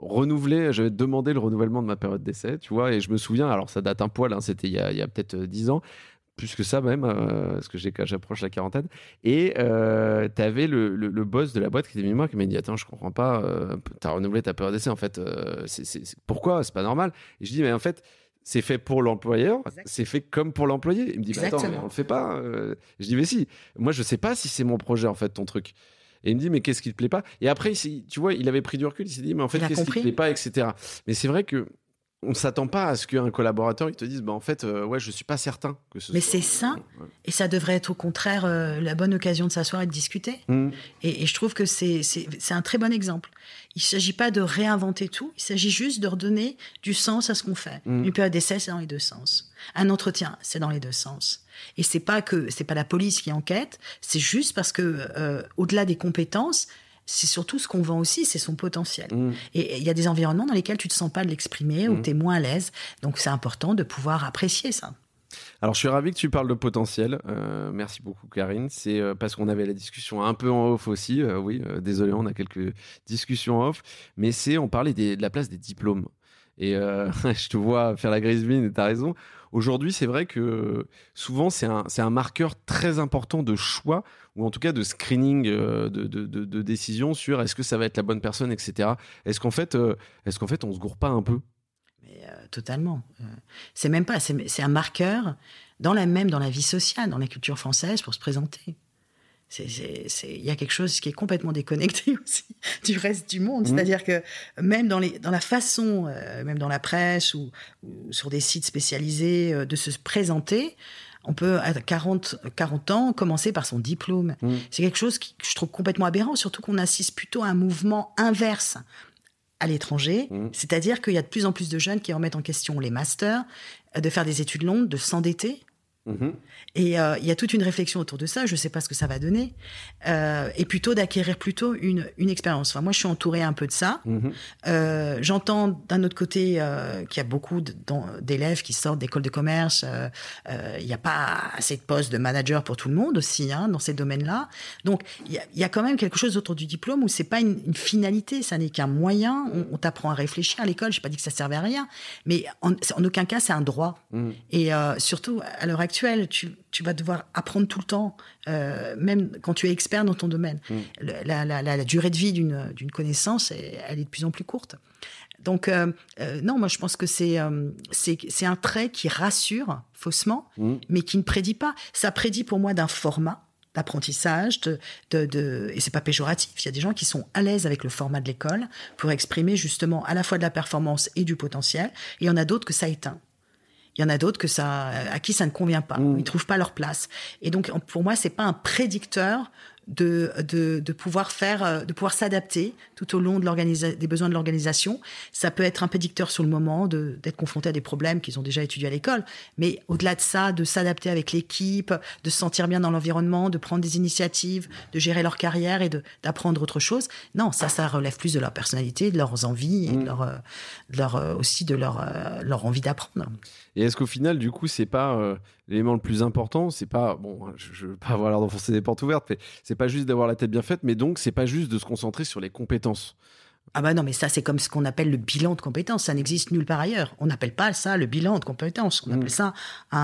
Speaker 3: demandé le renouvellement de ma période d'essai, tu vois. Et je me souviens, alors ça date un poil, hein, c'était il y a peut-être 10 ans. Plus que ça même, parce que j'approche la quarantaine. Et t'avais le boss de la boîte qui était venu moi, qui m'a dit: attends, je comprends pas, t'as renouvelé ta période d'essai, en fait, pourquoi? C'est pas normal. Et je dis: mais en fait, c'est fait pour l'employeur, c'est fait comme pour l'employé. Il me dit: mais attends, mais on le fait pas. Je dis: mais si, moi je sais pas si c'est mon projet, en fait, ton truc. Et il me dit: mais qu'est-ce qui te plaît pas? Et après, tu vois, il avait pris du recul, il s'est dit: mais en fait, qu'est-ce qui te plaît pas, etc. Mais c'est vrai que on ne s'attend pas à ce qu'un collaborateur il te dise: en fait, ouais, je ne suis pas certain que ce soit.
Speaker 2: Mais c'est ça, et ça devrait être au contraire la bonne occasion de s'asseoir et de discuter. Et je trouve que c'est un très bon exemple. Il ne s'agit pas de réinventer tout, il s'agit juste de redonner du sens à ce qu'on fait. Une période d'essai, c'est dans les deux sens. Un entretien, c'est dans les deux sens. Et c'est pas la police qui enquête, c'est juste parce que au-delà des compétences, c'est surtout ce qu'on vend aussi, c'est son potentiel. Et il y a des environnements dans lesquels tu ne te sens pas de l'exprimer, où tu es moins à l'aise. Donc, c'est important de pouvoir apprécier ça.
Speaker 3: Alors, je suis ravi que tu parles de potentiel. Merci beaucoup, Karine. C'est parce qu'on avait la discussion un peu en off aussi. Désolé, on a quelques discussions en off. Mais on parlait de la place des diplômes. Et je te vois faire la grise mine, et tu as raison. Aujourd'hui, c'est vrai que souvent, c'est un marqueur très important de choix, ou en tout cas de screening de décision sur est-ce que ça va être la bonne personne, etc. Est-ce qu'en fait, on se gourre pas un peu?
Speaker 2: Mais, totalement. C'est même pas, c'est un marqueur dans la vie sociale, dans la culture française pour se présenter. Il y a quelque chose qui est complètement déconnecté aussi du reste du monde. C'est-à-dire que même dans la façon, même dans la presse ou sur des sites spécialisés de se présenter, on peut à 40 ans commencer par son diplôme. C'est quelque chose que je trouve complètement aberrant, surtout qu'on assiste plutôt à un mouvement inverse à l'étranger. C'est-à-dire qu'il y a de plus en plus de jeunes qui remettent en question les masters, de faire des études longues, de s'endetter. Et il y a toute une réflexion autour de ça, je ne sais pas ce que ça va donner, et plutôt d'acquérir une expérience. Enfin, moi, je suis entourée un peu de ça. J'entends d'un autre côté qu'il y a beaucoup d'élèves qui sortent d'écoles de commerce. Il n'y a pas assez de postes de manager pour tout le monde aussi, dans ces domaines-là. Donc, il y a quand même quelque chose autour du diplôme où ce n'est pas une finalité, ça n'est qu'un moyen. On t'apprend à réfléchir à l'école, je n'ai pas dit que ça servait à rien, mais en aucun cas, c'est un droit. Et surtout, à l'heure actuelle, tu vas devoir apprendre tout le temps, même quand tu es expert dans ton domaine. La durée de vie d'une connaissance, elle est de plus en plus courte. Donc, non, moi, je pense que c'est un trait qui rassure faussement, mais qui ne prédit pas. Ça prédit pour moi d'un format d'apprentissage, et c'est pas péjoratif. Il y a des gens qui sont à l'aise avec le format de l'école pour exprimer justement à la fois de la performance et du potentiel, et il y en a d'autres que ça éteint. Il y en a d'autres à qui ça ne convient pas. Ils ne trouvent pas leur place. Et donc, pour moi, c'est pas un prédicteur de pouvoir s'adapter tout au long des besoins de l'organisation. Ça peut être un prédicteur sur le moment d'être confronté à des problèmes qu'ils ont déjà étudiés à l'école. Mais au-delà de ça, de s'adapter avec l'équipe, de se sentir bien dans l'environnement, de prendre des initiatives, de gérer leur carrière et d'apprendre autre chose. Non, ça relève plus de leur personnalité, de leurs envies et aussi de leur envie d'apprendre.
Speaker 3: Et est-ce qu'au final, du coup, c'est pas l'élément le plus important? C'est pas, bon, je veux pas avoir l'air d'enfoncer des portes ouvertes, mais c'est pas juste d'avoir la tête bien faite, mais donc c'est pas juste de se concentrer sur les compétences.
Speaker 2: Ah bah non, mais ça, c'est comme ce qu'on appelle le bilan de compétences. Ça n'existe nulle part ailleurs. On n'appelle pas ça le bilan de compétences. On appelle ça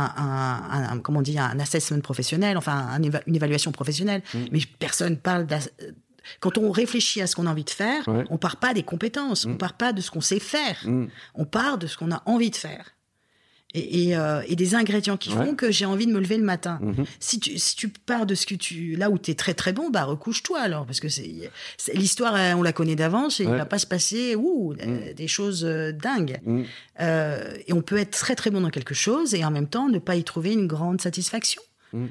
Speaker 2: un assessment professionnel, enfin une évaluation professionnelle. Mais personne parle quand on réfléchit à ce qu'on a envie de faire, on part pas des compétences, on part pas de ce qu'on sait faire. On part de ce qu'on a envie de faire. et des ingrédients qui font que j'ai envie de me lever le matin. Si tu pars de là où tu es très très bon, recouche-toi alors, parce que l'histoire, on la connaît d'avance et il va pas se passer des choses dingues. Et on peut être très très bon dans quelque chose et en même temps ne pas y trouver une grande satisfaction.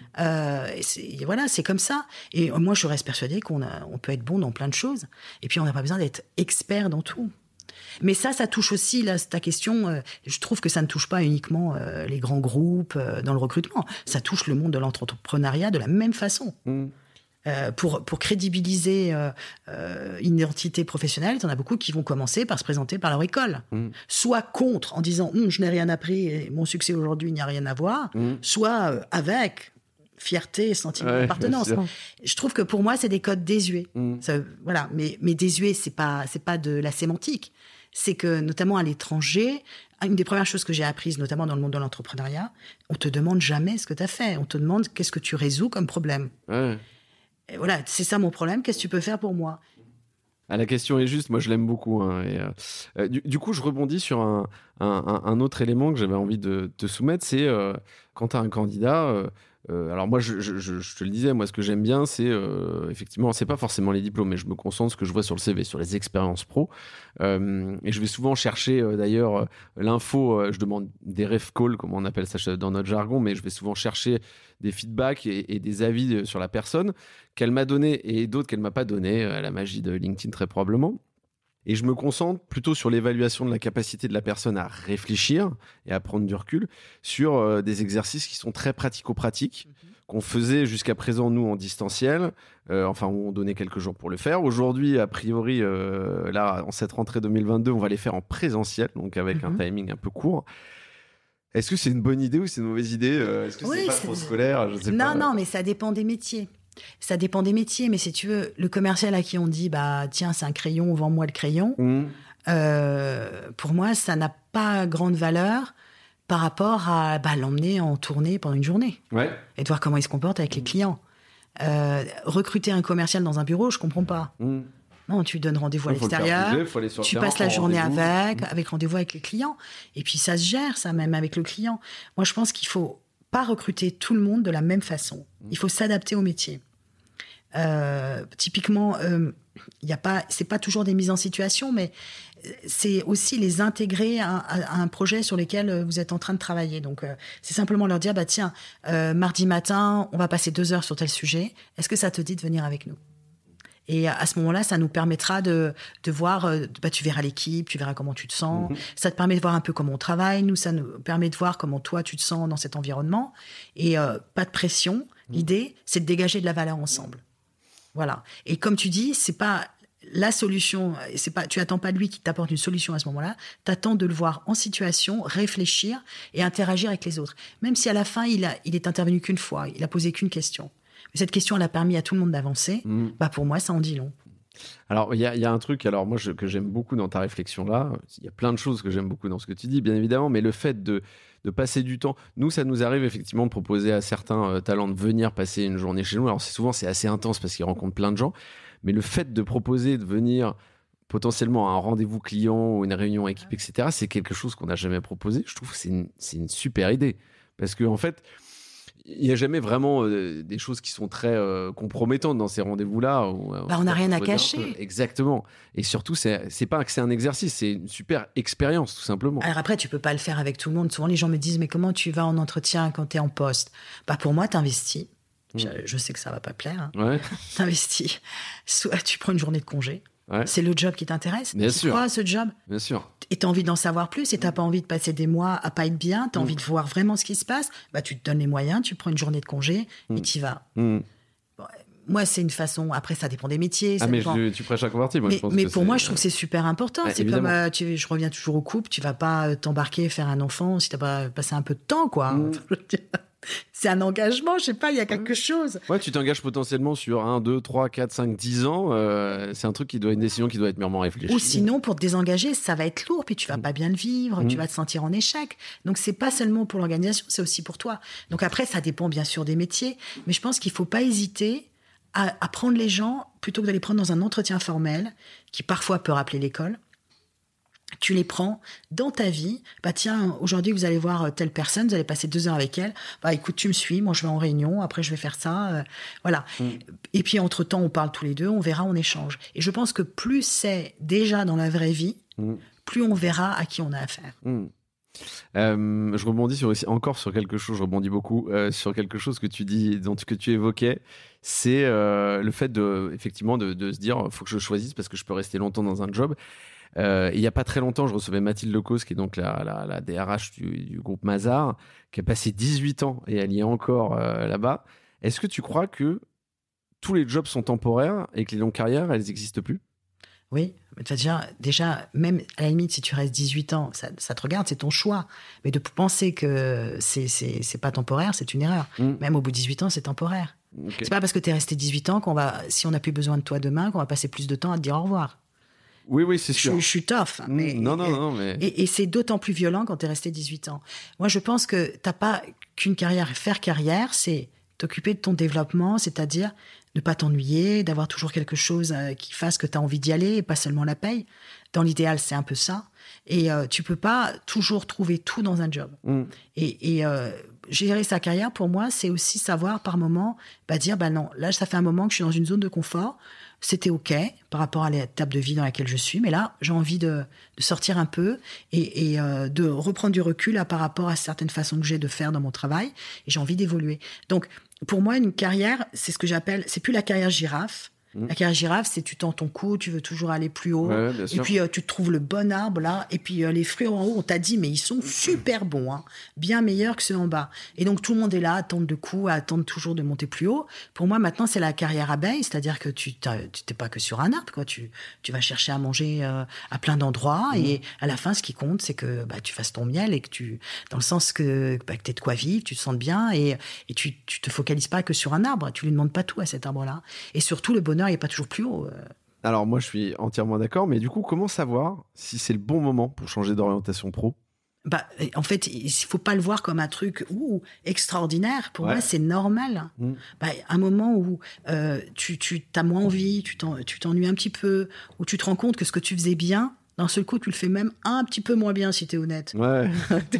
Speaker 2: C'est comme ça. Et moi, je reste persuadée qu'on peut être bon dans plein de choses. Et puis, on n'a pas besoin d'être expert dans tout. Mais ça touche aussi, là, ta question, je trouve que ça ne touche pas uniquement les grands groupes dans le recrutement. Ça touche le monde de l'entrepreneuriat de la même façon. Pour crédibiliser une identité professionnelle, il y en a beaucoup qui vont commencer par se présenter par leur école. Soit contre, en disant « je n'ai rien appris et mon succès aujourd'hui n'y a rien à voir », soit avec fierté et sentiment d'appartenance. Je trouve que pour moi, c'est des codes désuets. Mais désuets, c'est pas de la sémantique. C'est que, notamment à l'étranger, une des premières choses que j'ai apprises, notamment dans le monde de l'entrepreneuriat, on te demande jamais ce que tu as fait. On te demande qu'est-ce que tu résous comme problème. Et voilà, c'est ça mon problème. Qu'est-ce que tu peux faire pour moi ?
Speaker 3: La question est juste. Moi, je l'aime beaucoup. Du coup, je rebondis sur un autre élément que j'avais envie de te soumettre. C'est quand tu as un candidat... alors moi, je te le disais, moi, ce que j'aime bien, c'est effectivement, c'est pas forcément les diplômes, mais je me concentre sur ce que je vois sur le CV, sur les expériences pro. Et je vais souvent chercher, d'ailleurs, l'info. Je demande des ref calls, comme on appelle ça dans notre jargon, mais je vais souvent chercher des feedbacks et des avis sur la personne qu'elle m'a donné et d'autres qu'elle m'a pas donné. La magie de LinkedIn, très probablement. Et je me concentre plutôt sur l'évaluation de la capacité de la personne à réfléchir et à prendre du recul sur des exercices qui sont très pratico-pratiques, qu'on faisait jusqu'à présent, nous, en distanciel, où on donnait quelques jours pour le faire. Aujourd'hui, a priori, là, en cette rentrée 2022, on va les faire en présentiel, donc avec un timing un peu court. Est-ce que c'est une bonne idée ou c'est une mauvaise idée ? Est-ce que c'est pas trop scolaire ? Je sais pas.
Speaker 2: Non, mais ça dépend des métiers. Ça dépend des métiers, mais si tu veux, le commercial à qui on dit tiens, c'est un crayon, vends-moi le crayon, pour moi, ça n'a pas grande valeur par rapport à l'emmener en tournée pendant une journée et de voir comment il se comporte avec les clients. Recruter un commercial dans un bureau, je comprends pas. Non, tu donnes rendez-vous à l'extérieur, tu passes la journée avec rendez-vous avec les clients, et puis ça se gère, ça, même avec le client. Moi, je pense qu'il faut pas recruter tout le monde de la même façon. Il faut s'adapter au métier. Typiquement, c'est pas toujours des mises en situation, mais c'est aussi les intégrer à un projet sur lequel vous êtes en train de travailler. Donc, c'est simplement leur dire, tiens, mardi matin, on va passer 2 heures sur tel sujet. Est-ce que ça te dit de venir avec nous ? Et à ce moment-là, ça nous permettra de voir, tu verras l'équipe, tu verras comment tu te sens. Ça te permet de voir un peu comment on travaille. Nous, ça nous permet de voir comment toi, tu te sens dans cet environnement. Et pas de pression. L'idée, c'est de dégager de la valeur ensemble. Voilà. Et comme tu dis, c'est pas la solution. Tu attends pas de lui qui t'apporte une solution à ce moment-là. Tu attends de le voir en situation, réfléchir et interagir avec les autres. Même si à la fin, il est intervenu qu'une fois, il a posé qu'une question. Mais cette question, elle a permis à tout le monde d'avancer. Pour moi, ça en dit long.
Speaker 3: Alors, il y a un truc moi, que j'aime beaucoup dans ta réflexion-là. Il y a plein de choses que j'aime beaucoup dans ce que tu dis, bien évidemment, mais le fait de passer du temps... Nous, ça nous arrive effectivement de proposer à certains talents de venir passer une journée chez nous. Alors, souvent, c'est assez intense parce qu'ils rencontrent plein de gens, mais le fait de proposer de venir potentiellement à un rendez-vous client ou une réunion équipe, etc., c'est quelque chose qu'on n'a jamais proposé. Je trouve que c'est une super idée. Parce qu'en fait... Il n'y a jamais vraiment des choses qui sont très compromettantes dans ces rendez-vous-là.
Speaker 2: On n'a rien à cacher.
Speaker 3: Exactement. Et surtout, c'est pas que c'est un exercice, c'est une super expérience, tout simplement.
Speaker 2: Alors après, tu peux pas le faire avec tout le monde. Souvent, les gens me disent, mais comment tu vas en entretien quand tu es en poste ? Pour moi, tu investis. Je sais que ça va pas plaire. Tu investis. Soit tu prends une journée de congé. C'est le job qui t'intéresse.
Speaker 3: Bien sûr.
Speaker 2: Tu crois à ce job.
Speaker 3: Bien sûr.
Speaker 2: Et tu as envie d'en savoir plus et tu n'as pas envie de passer des mois à pas être bien, tu as envie de voir vraiment ce qui se passe, tu te donnes les moyens, tu prends une journée de congé et tu y vas. Moi, c'est une façon... Après, ça dépend des métiers.
Speaker 3: Tu prêches à convertir.
Speaker 2: Mais pour moi, je trouve que c'est super important. C'est évidemment. Comme, je reviens toujours au couple, tu vas pas t'embarquer, faire un enfant si tu n'as pas passé un peu de temps, quoi. C'est un engagement, je sais pas, il y a quelque chose.
Speaker 3: Tu t'engages potentiellement sur 1, 2, 3, 4, 5, 10 ans. C'est une décision qui doit être mûrement réfléchie.
Speaker 2: Ou sinon, pour te désengager, ça va être lourd, puis tu vas pas bien le vivre, tu vas te sentir en échec. Donc, c'est pas seulement pour l'organisation, c'est aussi pour toi. Donc après, ça dépend bien sûr des métiers, mais je pense qu'il faut pas hésiter à prendre les gens, plutôt que de les prendre dans un entretien formel, qui parfois peut rappeler l'école, tu les prends dans ta vie. Bah tiens, aujourd'hui vous allez voir telle personne, vous allez passer 2 heures avec elle. Bah écoute, tu me suis, moi je vais en réunion, après je vais faire ça, voilà. Et puis entre temps on parle tous les deux, on verra, on échange. Et je pense que plus c'est déjà dans la vraie vie, plus on verra à qui on a affaire.
Speaker 3: Je rebondis encore sur quelque chose, je rebondis beaucoup sur quelque chose que tu dis, que tu évoquais, c'est le fait effectivement de se dire faut que je choisisse parce que je peux rester longtemps dans un job. Il n'y a pas très longtemps, je recevais Mathilde Lecause, qui est donc la DRH du groupe Mazars, qui a passé 18 ans et elle y est encore là-bas. Est-ce que tu crois que tous les jobs sont temporaires et que les longues carrières, elles n'existent plus ?
Speaker 2: Oui, déjà, même à la limite, si tu restes 18 ans, ça te regarde, c'est ton choix. Mais de penser que c'est pas temporaire, c'est une erreur. Même au bout de 18 ans, c'est temporaire. Okay. C'est pas parce que tu es resté 18 ans si on n'a plus besoin de toi demain, qu'on va passer plus de temps à te dire au revoir.
Speaker 3: Oui, c'est sûr.
Speaker 2: Je suis tough. Mais,
Speaker 3: non.
Speaker 2: Et c'est d'autant plus violent quand tu es resté 18 ans. Moi, je pense que tu n'as pas qu'une carrière. Faire carrière, c'est t'occuper de ton développement, c'est-à-dire ne pas t'ennuyer, d'avoir toujours quelque chose qui fasse que tu as envie d'y aller et pas seulement la paye. Dans l'idéal, c'est un peu ça. Et tu peux pas toujours trouver tout dans un job. Et gérer sa carrière, pour moi, c'est aussi savoir par moment dire non, là, ça fait un moment que je suis dans une zone de confort. C'était OK par rapport à l'étape de vie dans laquelle je suis, mais là, j'ai envie de sortir un peu et de reprendre du recul par rapport à certaines façons que j'ai de faire dans mon travail, et j'ai envie d'évoluer. Donc, pour moi, une carrière, c'est ce que j'appelle, c'est plus la carrière girafe. La carrière girafe, c'est tu tends ton cou, tu veux toujours aller plus haut.
Speaker 3: Ouais,
Speaker 2: et puis, tu trouves le bon arbre, là. Et puis, les fruits en haut, on t'a dit, mais ils sont super bons, hein, bien meilleurs que ceux en bas. Et donc, tout le monde est là, à tendre le coup, à attendre toujours de monter plus haut. Pour moi, maintenant, c'est la carrière abeille, c'est-à-dire que tu t'es pas que sur un arbre, quoi. Tu vas chercher à manger à plein d'endroits. Et à la fin, ce qui compte, c'est que tu fasses ton miel et que dans le sens que t'aies de quoi vivre, tu te sentes bien et tu te focalises pas que sur un arbre. Tu lui demandes pas tout à cet arbre-là. Et surtout, le bonheur, il n'est pas toujours plus haut.
Speaker 3: Alors moi, je suis entièrement d'accord, mais du coup, comment savoir si c'est le bon moment pour changer d'orientation pro ?
Speaker 2: En fait, il ne faut pas le voir comme un truc extraordinaire. Pour moi, c'est normal. Un moment où tu as moins envie, tu t'ennuies un petit peu, où tu te rends compte que ce que tu faisais bien, d'un seul coup, tu le fais même un petit peu moins bien, si tu es honnête.
Speaker 3: Ouais.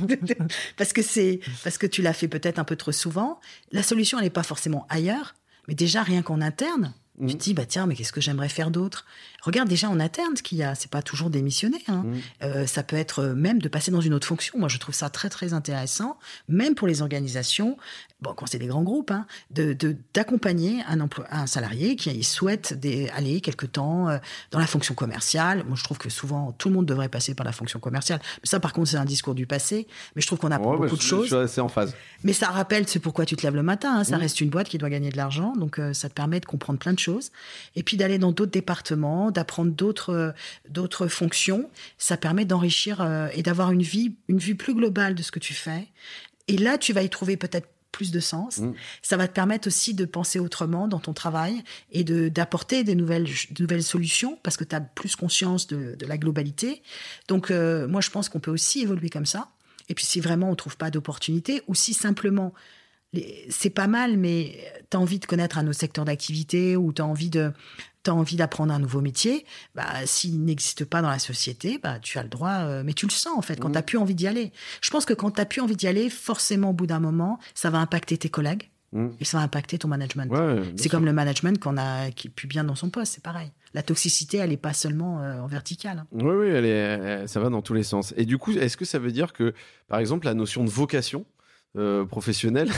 Speaker 2: parce que tu l'as fait peut-être un peu trop souvent. La solution, elle n'est pas forcément ailleurs, mais déjà, rien qu'en interne, tu te dis, tiens, mais qu'est-ce que j'aimerais faire d'autre ? Regarde déjà en interne ce qu'il y a. C'est pas toujours démissionner. Ça peut être même de passer dans une autre fonction. Moi, je trouve ça très, très intéressant, même pour les organisations, quand c'est des grands groupes, d'accompagner un salarié qui souhaite aller quelque temps dans la fonction commerciale. Moi, je trouve que souvent, tout le monde devrait passer par la fonction commerciale. Ça, par contre, c'est un discours du passé. Mais je trouve qu'on apprend beaucoup de choses.
Speaker 3: Je suis assez en phase.
Speaker 2: Mais ça rappelle ce pourquoi tu te lèves le matin. Ça reste une boîte qui doit gagner de l'argent. Donc, ça te permet de comprendre plein de choses. Et puis, d'aller dans d'autres départements, d'apprendre d'autres fonctions, ça permet d'enrichir et d'avoir une vue plus globale de ce que tu fais. Et là, tu vas y trouver peut-être plus de sens. Ça va te permettre aussi de penser autrement dans ton travail et d'apporter de nouvelles solutions parce que tu as plus conscience de la globalité. Donc, moi, je pense qu'on peut aussi évoluer comme ça. Et puis, si vraiment on ne trouve pas d'opportunité ou si simplement c'est pas mal, mais tu as envie de connaître un autre secteur d'activité ou tu as envie d'apprendre un nouveau métier, s'il n'existe pas dans la société, tu as le droit, mais tu le sens en fait, quand tu n'as plus envie d'y aller. Je pense que quand tu n'as plus envie d'y aller, forcément au bout d'un moment, ça va impacter tes collègues et ça va impacter ton management. C'est comme le management qui est plus bien dans son poste, c'est pareil. La toxicité, elle n'est pas seulement en verticale.
Speaker 3: Oui, ça va dans tous les sens. Et du coup, est-ce que ça veut dire que, par exemple, la notion de vocation professionnelle,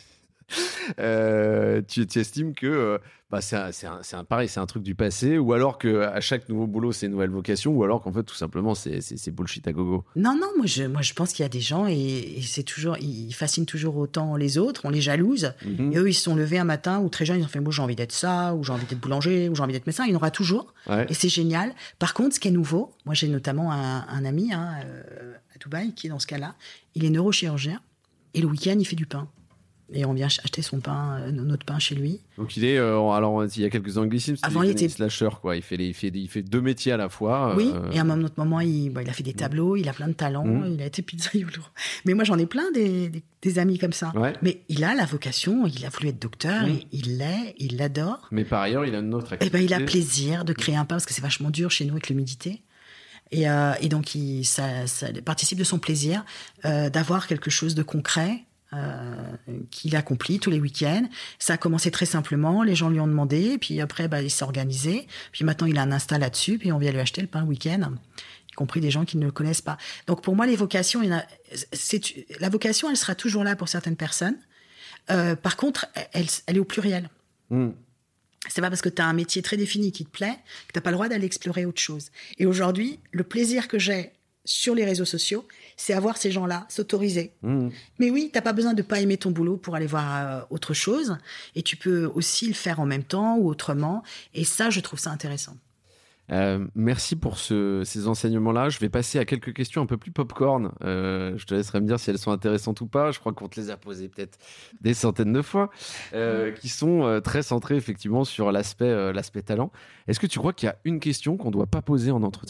Speaker 3: tu estimes que c'est un truc du passé, ou alors qu'à chaque nouveau boulot c'est une nouvelle vocation, ou alors qu'en fait tout simplement c'est bullshit à gogo?
Speaker 2: Non, moi je pense qu'il y a des gens et c'est toujours, ils fascinent toujours autant les autres, on les jalouse, et eux ils se sont levés un matin ou très jeunes, ils ont fait moi j'ai envie d'être ça, ou j'ai envie d'être boulanger, ou j'ai envie d'être médecin, il y en aura toujours, et c'est génial. Par contre, ce qui est nouveau, moi j'ai notamment un ami à Dubaï qui est dans ce cas-là, il est neurochirurgien et le week-end il fait du pain. Et on vient acheter son pain, notre pain chez lui.
Speaker 3: Donc il est, alors il y a quelques anglicismes,
Speaker 2: avant il était
Speaker 3: slasher quoi. Il fait deux métiers à la fois.
Speaker 2: Oui, et à un autre moment il a fait des tableaux, il a plein de talents, il a été pizzaiolo. Mais moi j'en ai plein des amis comme ça.
Speaker 3: Ouais.
Speaker 2: Mais il a la vocation, il a voulu être docteur, il l'adore.
Speaker 3: Mais par ailleurs il a une autre activité.
Speaker 2: Et il a plaisir de créer un pain parce que c'est vachement dur chez nous avec l'humidité. Et donc, ça participe de son plaisir d'avoir quelque chose de concret qu'il accomplit tous les week-ends. Ça a commencé très simplement, les gens lui ont demandé, et puis après, il s'est organisé. Puis maintenant, il a un Insta là-dessus, puis on vient lui acheter le pain le week-end, y compris des gens qui ne le connaissent pas. Donc pour moi, la vocation, elle sera toujours là pour certaines personnes. Par contre, elle est au pluriel. C'est pas parce que tu as un métier très défini qui te plaît que tu n'as pas le droit d'aller explorer autre chose. Et aujourd'hui, le plaisir que j'ai sur les réseaux sociaux, c'est avoir ces gens-là s'autoriser. Mais oui, tu n'as pas besoin de pas aimer ton boulot pour aller voir autre chose. Et tu peux aussi le faire en même temps ou autrement. Et ça, je trouve ça intéressant.
Speaker 3: Merci pour ces enseignements-là. Je vais passer à quelques questions un peu plus popcorn. Je te laisserai me dire si elles sont intéressantes ou pas. Je crois qu'on te les a posées peut-être des centaines de fois, qui sont très centrées effectivement sur l'aspect talent. Est-ce que tu crois qu'il y a une question qu'on ne doit pas poser en entretien ?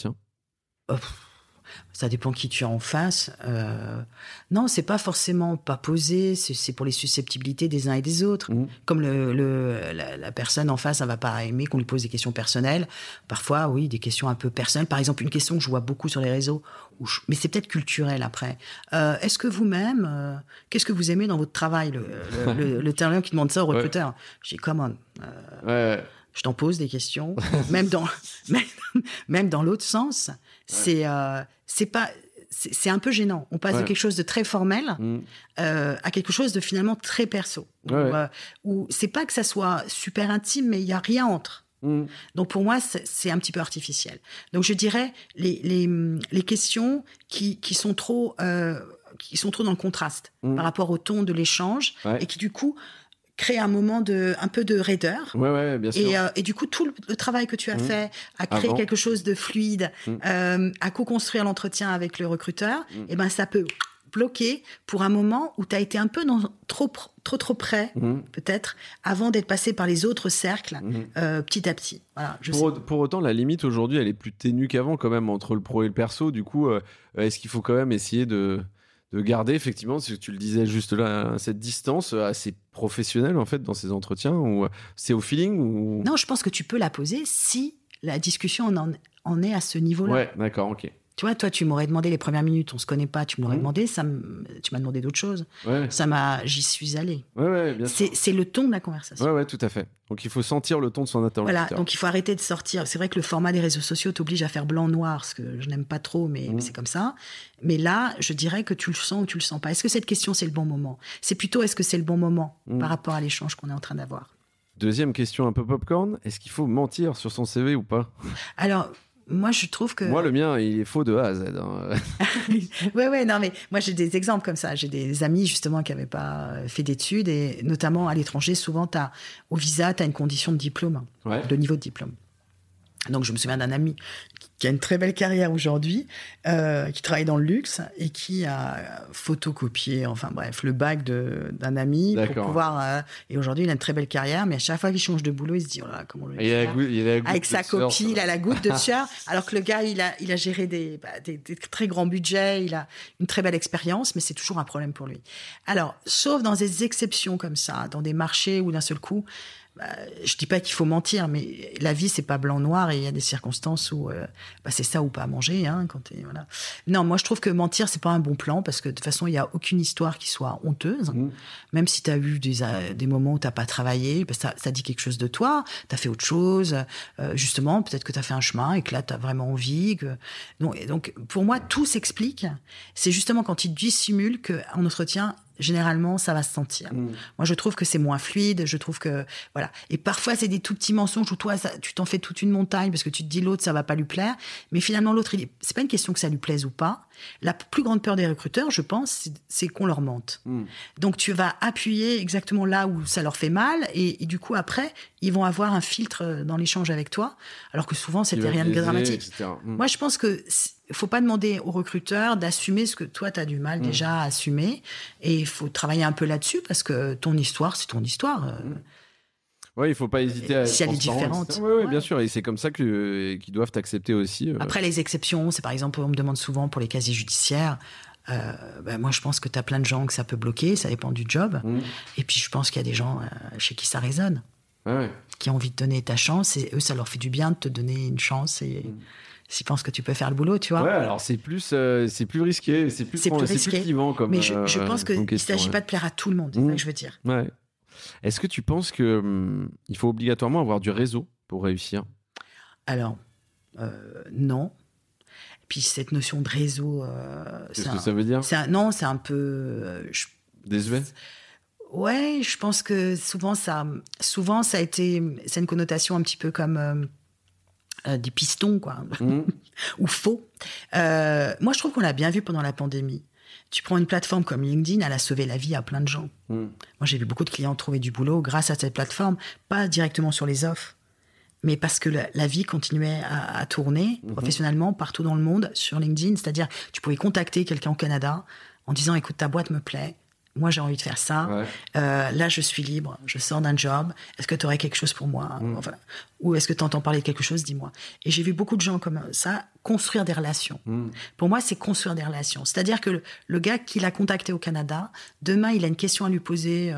Speaker 2: Ça dépend qui tu as en face. Non, c'est pas forcément pas posé. C'est pour les susceptibilités des uns et des autres. Comme la personne en face, elle va pas aimer qu'on lui pose des questions personnelles. Parfois, oui, des questions un peu personnelles. Par exemple, une question que je vois beaucoup sur les réseaux, mais c'est peut-être culturel après. Est-ce que vous-même, qu'est-ce que vous aimez dans votre travail ? Le talent qui demande ça au recruteur. Je dis, come on. Je t'en pose des questions, même dans l'autre sens. C'est un peu gênant. On passe de quelque chose de très formel à quelque chose de finalement très perso. Où c'est pas que ça soit super intime, mais il y a rien entre. Donc pour moi, c'est un petit peu artificiel. Donc je dirais les questions qui sont trop dans le contraste par rapport au ton de l'échange et qui du coup créer un moment un peu de raideur.
Speaker 3: Bien sûr.
Speaker 2: Et du coup, tout le travail que tu as fait à créer quelque chose de fluide, à co-construire l'entretien avec le recruteur, et ben ça peut bloquer pour un moment où tu as été un peu trop près, peut-être, avant d'être passé par les autres cercles, petit à petit. Voilà,
Speaker 3: pour autant, la limite aujourd'hui, elle est plus ténue qu'avant quand même entre le pro et le perso. Du coup, est-ce qu'il faut quand même essayer de garder effectivement, si tu le disais juste là, cette distance assez professionnelle en fait dans ces entretiens, ou c'est au feeling ou...
Speaker 2: Non, je pense que tu peux la poser si la discussion en est à ce niveau-là.
Speaker 3: Ouais, d'accord, ok.
Speaker 2: Tu vois, toi, tu m'aurais demandé les premières minutes, on se connaît pas, tu me l'aurais demandé, tu m'as demandé d'autres choses. J'y suis allée.
Speaker 3: Bien sûr.
Speaker 2: C'est le ton de la conversation.
Speaker 3: Ouais, tout à fait. Donc il faut sentir le ton de son interlocuteur.
Speaker 2: Voilà, donc il faut arrêter de sortir. C'est vrai que le format des réseaux sociaux t'oblige à faire blanc-noir, ce que je n'aime pas trop, mais c'est comme ça. Mais là, je dirais que tu le sens ou tu le sens pas. Est-ce que cette question, c'est le bon moment ? C'est plutôt, est-ce que c'est le bon moment par rapport à l'échange qu'on est en train d'avoir ?
Speaker 3: Deuxième question un peu popcorn, est-ce qu'il faut mentir sur son CV ou pas ?
Speaker 2: Alors... Moi, je trouve que...
Speaker 3: Moi, le mien, il est faux de A à Z.
Speaker 2: Non, mais moi, j'ai des exemples comme ça. J'ai des amis, justement, qui n'avaient pas fait d'études, et notamment à l'étranger, souvent, au visa, tu as une condition de diplôme, de niveau de diplôme. Donc, je me souviens d'un ami qui a une très belle carrière aujourd'hui, qui travaille dans le luxe et qui a photocopié, enfin bref, le bac d'un ami pour pouvoir... et aujourd'hui, il a une très belle carrière, mais à chaque fois qu'il change de boulot, il se dit, oh là, comment le faire ? Avec sa copie, il a la goutte de sueur, alors que le gars, il a géré des très grands budgets, il a une très belle expérience, mais c'est toujours un problème pour lui. Alors, sauf dans des exceptions comme ça, dans des marchés où d'un seul coup... je dis pas qu'il faut mentir, mais la vie c'est pas blanc-noir, et il y a des circonstances où c'est ça ou pas à manger. Voilà. Non, moi je trouve que mentir c'est pas un bon plan, parce que de toute façon il y a aucune histoire qui soit honteuse. Même si tu as eu des moments où t'as pas travaillé, ça dit quelque chose de toi. T'as fait autre chose, justement peut-être que t'as fait un chemin et que là t'as vraiment envie. Donc pour moi tout s'explique. C'est justement quand tu dissimules qu'en entretien, généralement, ça va se sentir. Moi, je trouve que c'est moins fluide. Je trouve que, voilà. Et parfois, c'est des tout petits mensonges où toi, tu t'en fais toute une montagne parce que tu te dis l'autre, ça va pas lui plaire. Mais finalement, l'autre, c'est pas une question que ça lui plaise ou pas. La plus grande peur des recruteurs, je pense, c'est qu'on leur mente. Donc, tu vas appuyer exactement là où ça leur fait mal. Et du coup, après, ils vont avoir un filtre dans l'échange avec toi. Alors que souvent, c'était rien de dramatique. Moi, je pense que faut pas demander aux recruteurs d'assumer ce que toi, tu as du mal déjà à assumer. Et il faut travailler un peu là-dessus, parce que ton histoire, c'est ton histoire.
Speaker 3: Oui, il ne faut pas hésiter à être
Speaker 2: si elle est différente.
Speaker 3: Oui, bien sûr. Et c'est comme ça qu'ils doivent t'accepter aussi.
Speaker 2: Après, les exceptions, c'est par exemple, on me demande souvent pour les casiers judiciaires. Moi, je pense que tu as plein de gens que ça peut bloquer. Ça dépend du job. Et puis, je pense qu'il y a des gens chez qui ça résonne. Qui ont envie de donner ta chance. Et eux, ça leur fait du bien de te donner une chance. Et s'ils pensent que tu peux faire le boulot, tu vois.
Speaker 3: Ouais, alors c'est plus risqué, c'est plus clivant comme
Speaker 2: mais je pense qu'il ne s'agit pas de plaire à tout le monde, c'est ça que je veux dire.
Speaker 3: Ouais. Est-ce que tu penses qu'il faut obligatoirement avoir du réseau pour réussir ?
Speaker 2: Alors, non. Puis cette notion de réseau...
Speaker 3: Qu'est-ce que ça veut dire ?
Speaker 2: C'est un peu...
Speaker 3: désuet ?
Speaker 2: Ouais, je pense que souvent ça a été... C'est une connotation un petit peu comme... des pistons, quoi. Ou faux. Moi, je trouve qu'on l'a bien vu pendant la pandémie. Tu prends une plateforme comme LinkedIn, elle a sauvé la vie à plein de gens. Moi, j'ai vu beaucoup de clients trouver du boulot grâce à cette plateforme, pas directement sur les offres, mais parce que la vie continuait à tourner professionnellement partout dans le monde sur LinkedIn. C'est-à-dire, tu pouvais contacter quelqu'un au Canada en disant « Écoute, ta boîte me plaît. Moi, j'ai envie de faire ça. Ouais. Là, je suis libre. Je sors d'un job. Est-ce que tu aurais quelque chose pour moi ? Enfin, ou est-ce que tu entends parler de quelque chose ? Dis-moi. » Et j'ai vu beaucoup de gens comme ça construire des relations. Pour moi, c'est construire des relations. C'est-à-dire que le gars qui l'a contacté au Canada, demain, il a une question à lui poser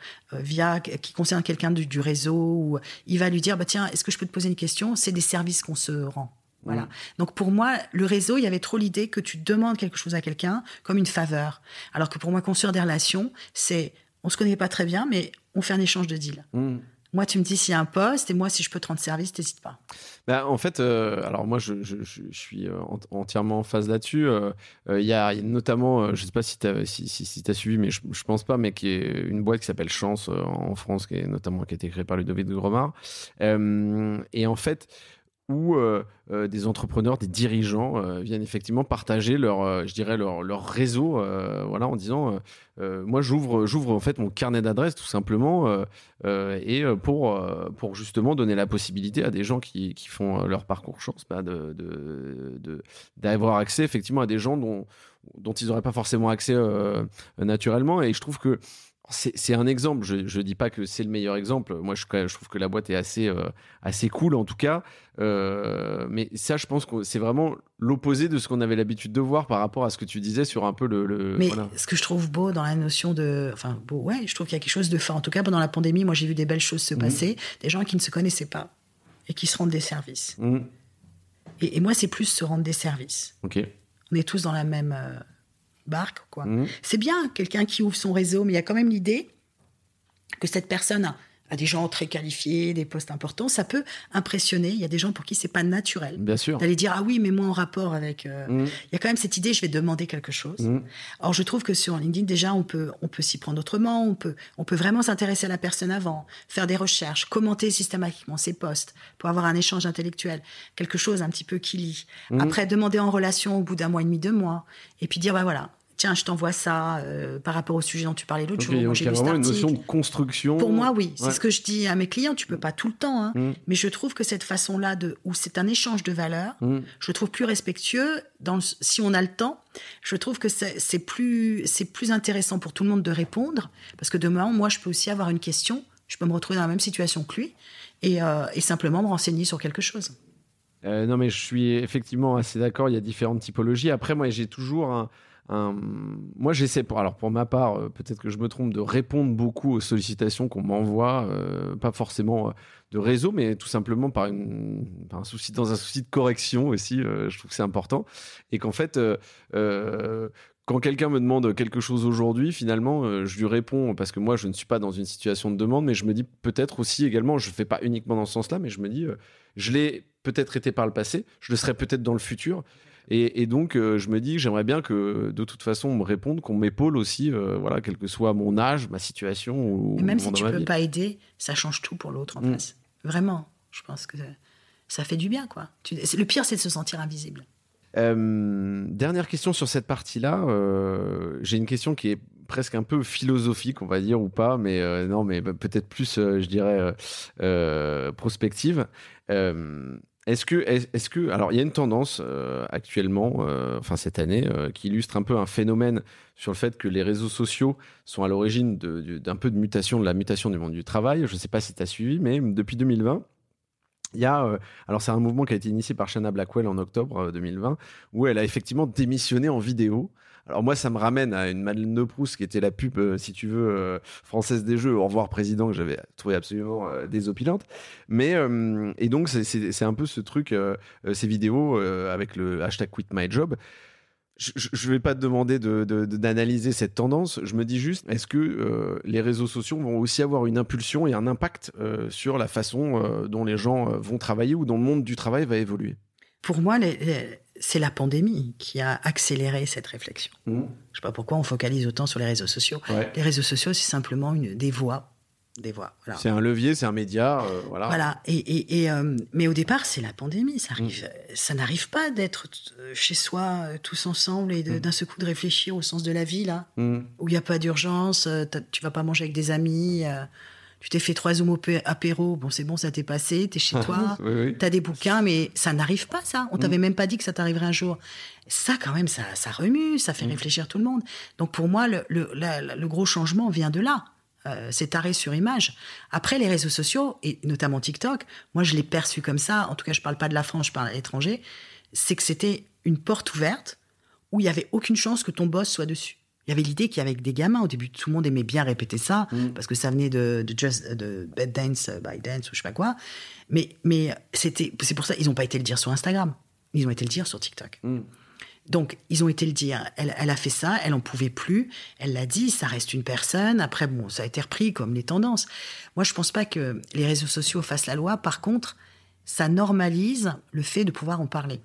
Speaker 2: qui concerne quelqu'un du réseau. Ou il va lui dire « Tiens, est-ce que je peux te poser une question ? » C'est des services qu'on se rend. Voilà. Donc pour moi, le réseau, il y avait trop l'idée que tu demandes quelque chose à quelqu'un comme une faveur. Alors que pour moi, construire des relations, c'est on se connaît pas très bien, mais on fait un échange de deals. Moi, tu me dis s'il y a un poste, et moi, si je peux te rendre service, t'hésites pas.
Speaker 3: En fait, alors moi, je suis entièrement en phase là-dessus. Il y a notamment, je sais pas si t'as suivi, mais je pense pas, mais qui est une boîte qui s'appelle Chance en France, qui a été créée par Ludovic de Gromard. Et en fait, où des entrepreneurs, des dirigeants viennent effectivement partager leur réseau, voilà, en disant moi j'ouvre en fait mon carnet d'adresses tout simplement et pour justement donner la possibilité à des gens qui font leur parcours chance d'avoir accès effectivement à des gens dont ils n'auraient pas forcément accès naturellement. Et je trouve que c'est un exemple. Je dis pas que c'est le meilleur exemple. Moi, je trouve que la boîte est assez cool en tout cas. Mais ça, je pense que c'est vraiment l'opposé de ce qu'on avait l'habitude de voir par rapport à ce que tu disais sur un peu
Speaker 2: Mais
Speaker 3: voilà.
Speaker 2: Ce que je trouve beau dans la notion je trouve qu'il y a quelque chose de fort. En tout cas, pendant la pandémie, moi, j'ai vu des belles choses se passer. Des gens qui ne se connaissaient pas et qui se rendent des services. Et moi, c'est plus se rendre des services.
Speaker 3: Okay.
Speaker 2: On est tous dans la même... barque, quoi. C'est bien quelqu'un qui ouvre son réseau, mais il y a quand même l'idée que cette personne a des gens très qualifiés, des postes importants, ça peut impressionner. Il y a des gens pour qui c'est pas naturel.
Speaker 3: Bien sûr.
Speaker 2: D'aller dire ah oui, mais moi en rapport avec. Il y a quand même cette idée, je vais demander quelque chose. Or, je trouve que sur LinkedIn déjà on peut s'y prendre autrement. On peut vraiment s'intéresser à la personne avant, faire des recherches, commenter systématiquement ses posts pour avoir un échange intellectuel, quelque chose un petit peu qui lie. Après, demander en relation au bout d'un mois et demi, 2 mois, et puis dire voilà. Tiens, je t'envoie ça par rapport au sujet dont tu parlais l'autre jour.
Speaker 3: Moi, j'ai lu cet article. Une notion de construction.
Speaker 2: Pour moi, oui. C'est ce que je dis à mes clients. Tu peux pas tout le temps, mais je trouve que cette façon-là, où c'est un échange de valeurs, je trouve plus respectueux. Si on a le temps, je trouve que c'est plus intéressant pour tout le monde de répondre. Parce que demain, moi, je peux aussi avoir une question. Je peux me retrouver dans la même situation que lui et simplement me renseigner sur quelque chose.
Speaker 3: Non, mais je suis effectivement assez d'accord. Il y a différentes typologies. Après, moi, j'ai toujours moi, j'essaie, pour ma part, peut-être que je me trompe, de répondre beaucoup aux sollicitations qu'on m'envoie, pas forcément de réseau, mais tout simplement dans un souci de correction aussi. Je trouve que c'est important. Et qu'en fait, quand quelqu'un me demande quelque chose aujourd'hui, finalement, je lui réponds parce que moi, je ne suis pas dans une situation de demande, mais je me dis peut-être aussi également, je ne fais pas uniquement dans ce sens-là, mais je me dis, je l'ai peut-être été par le passé, je le serai peut-être dans le futur. Et donc, je me dis que j'aimerais bien que, de toute façon, on me réponde, qu'on m'épaule aussi, voilà, quel que soit mon âge, ma situation.
Speaker 2: Et même si tu ne peux pas aider, ça change tout pour l'autre en face. Vraiment, je pense que ça fait du bien, quoi. Le pire, c'est de se sentir invisible.
Speaker 3: Dernière question sur cette partie-là. J'ai une question qui est presque un peu philosophique, on va dire, ou pas, mais non, mais peut-être plus, je dirais, prospective. Est-ce que, alors il y a une tendance actuellement, cette année, qui illustre un peu un phénomène sur le fait que les réseaux sociaux sont à l'origine d'un peu de la mutation du monde du travail. Je ne sais pas si tu as suivi, mais depuis 2020, il y a, alors c'est un mouvement qui a été initié par Shana Blackwell en octobre 2020, où elle a effectivement démissionné en vidéo. Alors moi, ça me ramène à une Madeleine de Proust qui était la pub, si tu veux, française des jeux, Au revoir président, que j'avais trouvé absolument désopilante. Mais et donc c'est un peu ce truc, ces vidéos avec le hashtag Quit My Job. Je vais pas te demander d'analyser cette tendance. Je me dis juste, est-ce que les réseaux sociaux vont aussi avoir une impulsion et un impact sur la façon dont les gens vont travailler ou dont le monde du travail va évoluer?
Speaker 2: Pour moi, c'est la pandémie qui a accéléré cette réflexion. Je ne sais pas pourquoi on focalise autant sur les réseaux sociaux.
Speaker 3: Ouais.
Speaker 2: Les réseaux sociaux, c'est simplement des voix. Voilà.
Speaker 3: C'est un levier, c'est un média. Voilà.
Speaker 2: Voilà. Mais au départ, c'est la pandémie. Ça n'arrive pas d'être chez soi, tous ensemble, et d'un seul coup de réfléchir au sens de la vie, là, où il n'y a pas d'urgence, tu ne vas pas manger avec des amis... Tu t'es fait 3 Zooms apéro, bon, c'est bon, ça t'est passé, t'es chez toi,
Speaker 3: oui.
Speaker 2: t'as des bouquins, mais ça n'arrive pas, ça. On t'avait même pas dit que ça t'arriverait un jour. Ça, quand même, ça remue, ça fait réfléchir tout le monde. Donc, pour moi, le gros changement vient de là. Cet arrêt sur image. Après, les réseaux sociaux, et notamment TikTok, moi, je l'ai perçu comme ça. En tout cas, je parle pas de la France, je parle à l'étranger. C'est que c'était une porte ouverte où il y avait aucune chance que ton boss soit dessus. Il y avait l'idée qu'avec des gamins, au début, tout le monde aimait bien répéter ça, parce que ça venait de Bad Dance by Dance ou je sais pas quoi. Mais c'est pour ça, ils n'ont pas été le dire sur Instagram. Ils ont été le dire sur TikTok. Donc, ils ont été le dire. Elle a fait ça, elle n'en pouvait plus. Elle l'a dit, ça reste une personne. Après, bon, ça a été repris comme les tendances. Moi, je pense pas que les réseaux sociaux fassent la loi. Par contre, ça normalise le fait de pouvoir en parler.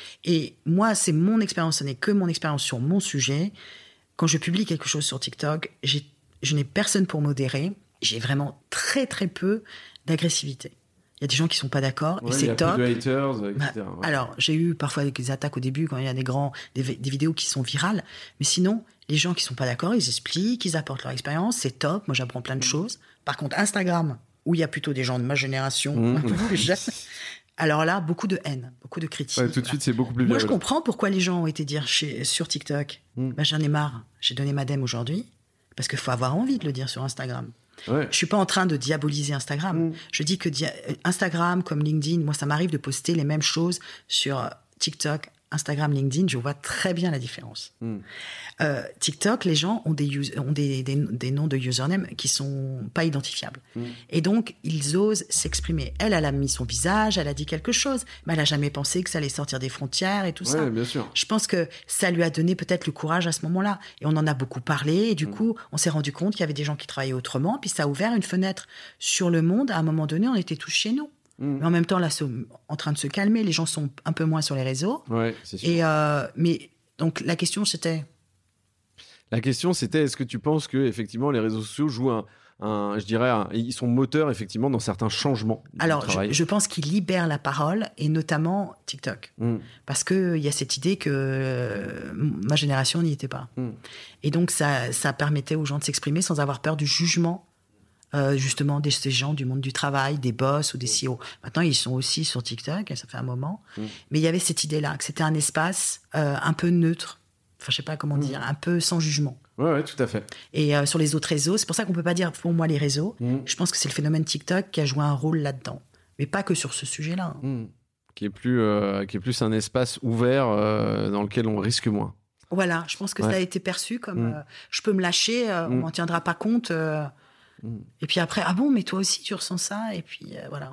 Speaker 2: Et moi, c'est mon expérience, ce n'est que mon expérience sur mon sujet. Quand je publie quelque chose sur TikTok, je n'ai personne pour modérer. J'ai vraiment très, très peu d'agressivité. Il y a des gens qui ne sont pas d'accord, et c'est top.
Speaker 3: Il y a plus de haters, etc.
Speaker 2: Alors, j'ai eu parfois des attaques au début, quand il y a des vidéos qui sont virales. Mais sinon, les gens qui ne sont pas d'accord, ils expliquent, ils apportent leur expérience. C'est top, moi j'apprends plein de choses. Par contre, Instagram, où il y a plutôt des gens de ma génération, un peu plus jeunes, alors là, beaucoup de haine, beaucoup de critiques.
Speaker 3: Ouais, tout de suite, c'est beaucoup plus
Speaker 2: Moi,
Speaker 3: violent.
Speaker 2: je comprends pourquoi les gens ont été dire sur TikTok. J'en ai marre. J'ai donné ma dème aujourd'hui. Parce qu'il faut avoir envie de le dire sur Instagram.
Speaker 3: Ouais.
Speaker 2: Je ne suis pas en train de diaboliser Instagram. Je dis que Instagram, comme LinkedIn, moi, ça m'arrive de poster les mêmes choses sur TikTok, Instagram, LinkedIn. Je vois très bien la différence. TikTok, les gens ont des noms de username qui sont pas identifiables. Et donc, ils osent s'exprimer. Elle a mis son visage, elle a dit quelque chose, mais elle a jamais pensé que ça allait sortir des frontières et tout ça.
Speaker 3: Bien sûr.
Speaker 2: Je pense que ça lui a donné peut-être le courage à ce moment-là. Et on en a beaucoup parlé. Et du coup, on s'est rendu compte qu'il y avait des gens qui travaillaient autrement. Puis ça a ouvert une fenêtre sur le monde. À un moment donné, on était tous chez nous. Mais en même temps, là, c'est en train de se calmer. Les gens sont un peu moins sur les réseaux.
Speaker 3: Ouais, c'est sûr.
Speaker 2: Mais donc, la question, c'était...
Speaker 3: La question, c'était, est-ce que tu penses que effectivement les réseaux sociaux jouent ils sont moteurs effectivement dans certains changements du travail.
Speaker 2: Je pense qu'ils libèrent la parole, et notamment TikTok. Parce qu'il y a cette idée que ma génération n'y était pas. Et donc, ça permettait aux gens de s'exprimer sans avoir peur du jugement, justement, ces gens du monde du travail, des boss ou des CEO. Maintenant, ils sont aussi sur TikTok, et ça fait un moment. Mais il y avait cette idée-là, que c'était un espace un peu neutre. Enfin, je sais pas comment dire, un peu sans jugement.
Speaker 3: Ouais, tout à fait.
Speaker 2: Et sur les autres réseaux, c'est pour ça qu'on peut pas dire, pour moi, les réseaux. Je pense que c'est le phénomène TikTok qui a joué un rôle là-dedans. Mais pas que sur ce sujet-là.
Speaker 3: Qui est plus un espace ouvert dans lequel on risque moins.
Speaker 2: Voilà, je pense que ça a été perçu comme je peux me lâcher, on m'en tiendra pas compte. Et puis après, ah bon, mais toi aussi, tu ressens ça. Et puis voilà.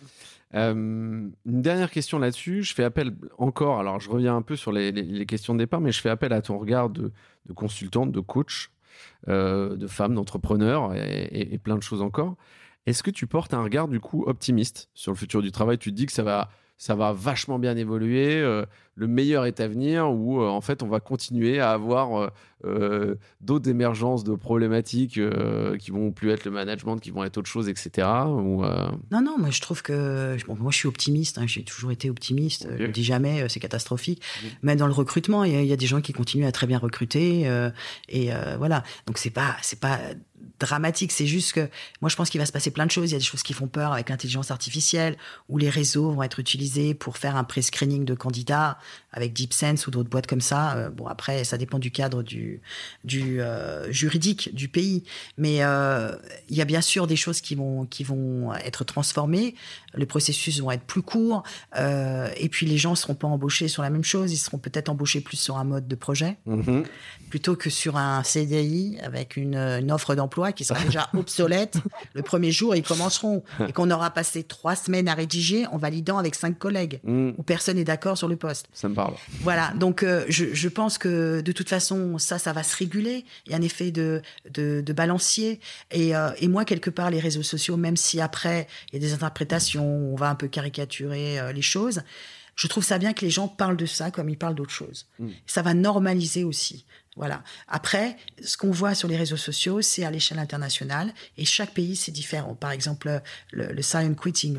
Speaker 3: Une dernière question là-dessus. Je fais appel encore, alors je reviens un peu sur les questions de départ, mais je fais appel à ton regard de consultante, de coach, de femme, d'entrepreneur et plein de choses encore. Est-ce que tu portes un regard du coup optimiste sur le futur du travail? Tu te dis que ça va vachement bien évoluer, le meilleur est à venir, ou en fait on va continuer à avoir d'autres émergences de problématiques qui vont plus être le management, qui vont être autre chose, etc.
Speaker 2: Non, moi je trouve que... moi je suis optimiste, j'ai toujours été optimiste, je ne dis jamais c'est catastrophique, mais dans le recrutement, il y a des gens qui continuent à très bien recruter, et voilà. Donc c'est pas dramatique, c'est juste que moi je pense qu'il va se passer plein de choses. Il y a des choses qui font peur avec l'intelligence artificielle, où les réseaux vont être utilisés utilisé pour faire un pré-screening de candidats avec DeepSense ou d'autres boîtes comme ça. Bon, après, ça dépend du cadre du juridique du pays. Mais il y a bien sûr des choses qui vont être transformées. Les processus vont être plus courts. Et puis, les gens ne seront pas embauchés sur la même chose. Ils seront peut-être embauchés plus sur un mode de projet plutôt que sur un CDI avec une offre d'emploi qui sera déjà obsolète. Le premier jour, ils commenceront. Et qu'on aura passé 3 semaines à rédiger en validant avec 5 collègues où personne n'est d'accord sur le poste.
Speaker 3: Ça me parle.
Speaker 2: Voilà, donc je pense que de toute façon, ça va se réguler. Il y a un effet de balancier. Et moi, quelque part, les réseaux sociaux, même si après, il y a des interprétations, on va un peu caricaturer les choses, je trouve ça bien que les gens parlent de ça comme ils parlent d'autres choses. Ça va normaliser aussi. Voilà. Après, ce qu'on voit sur les réseaux sociaux, c'est à l'échelle internationale et chaque pays, c'est différent. Par exemple, le silent quitting,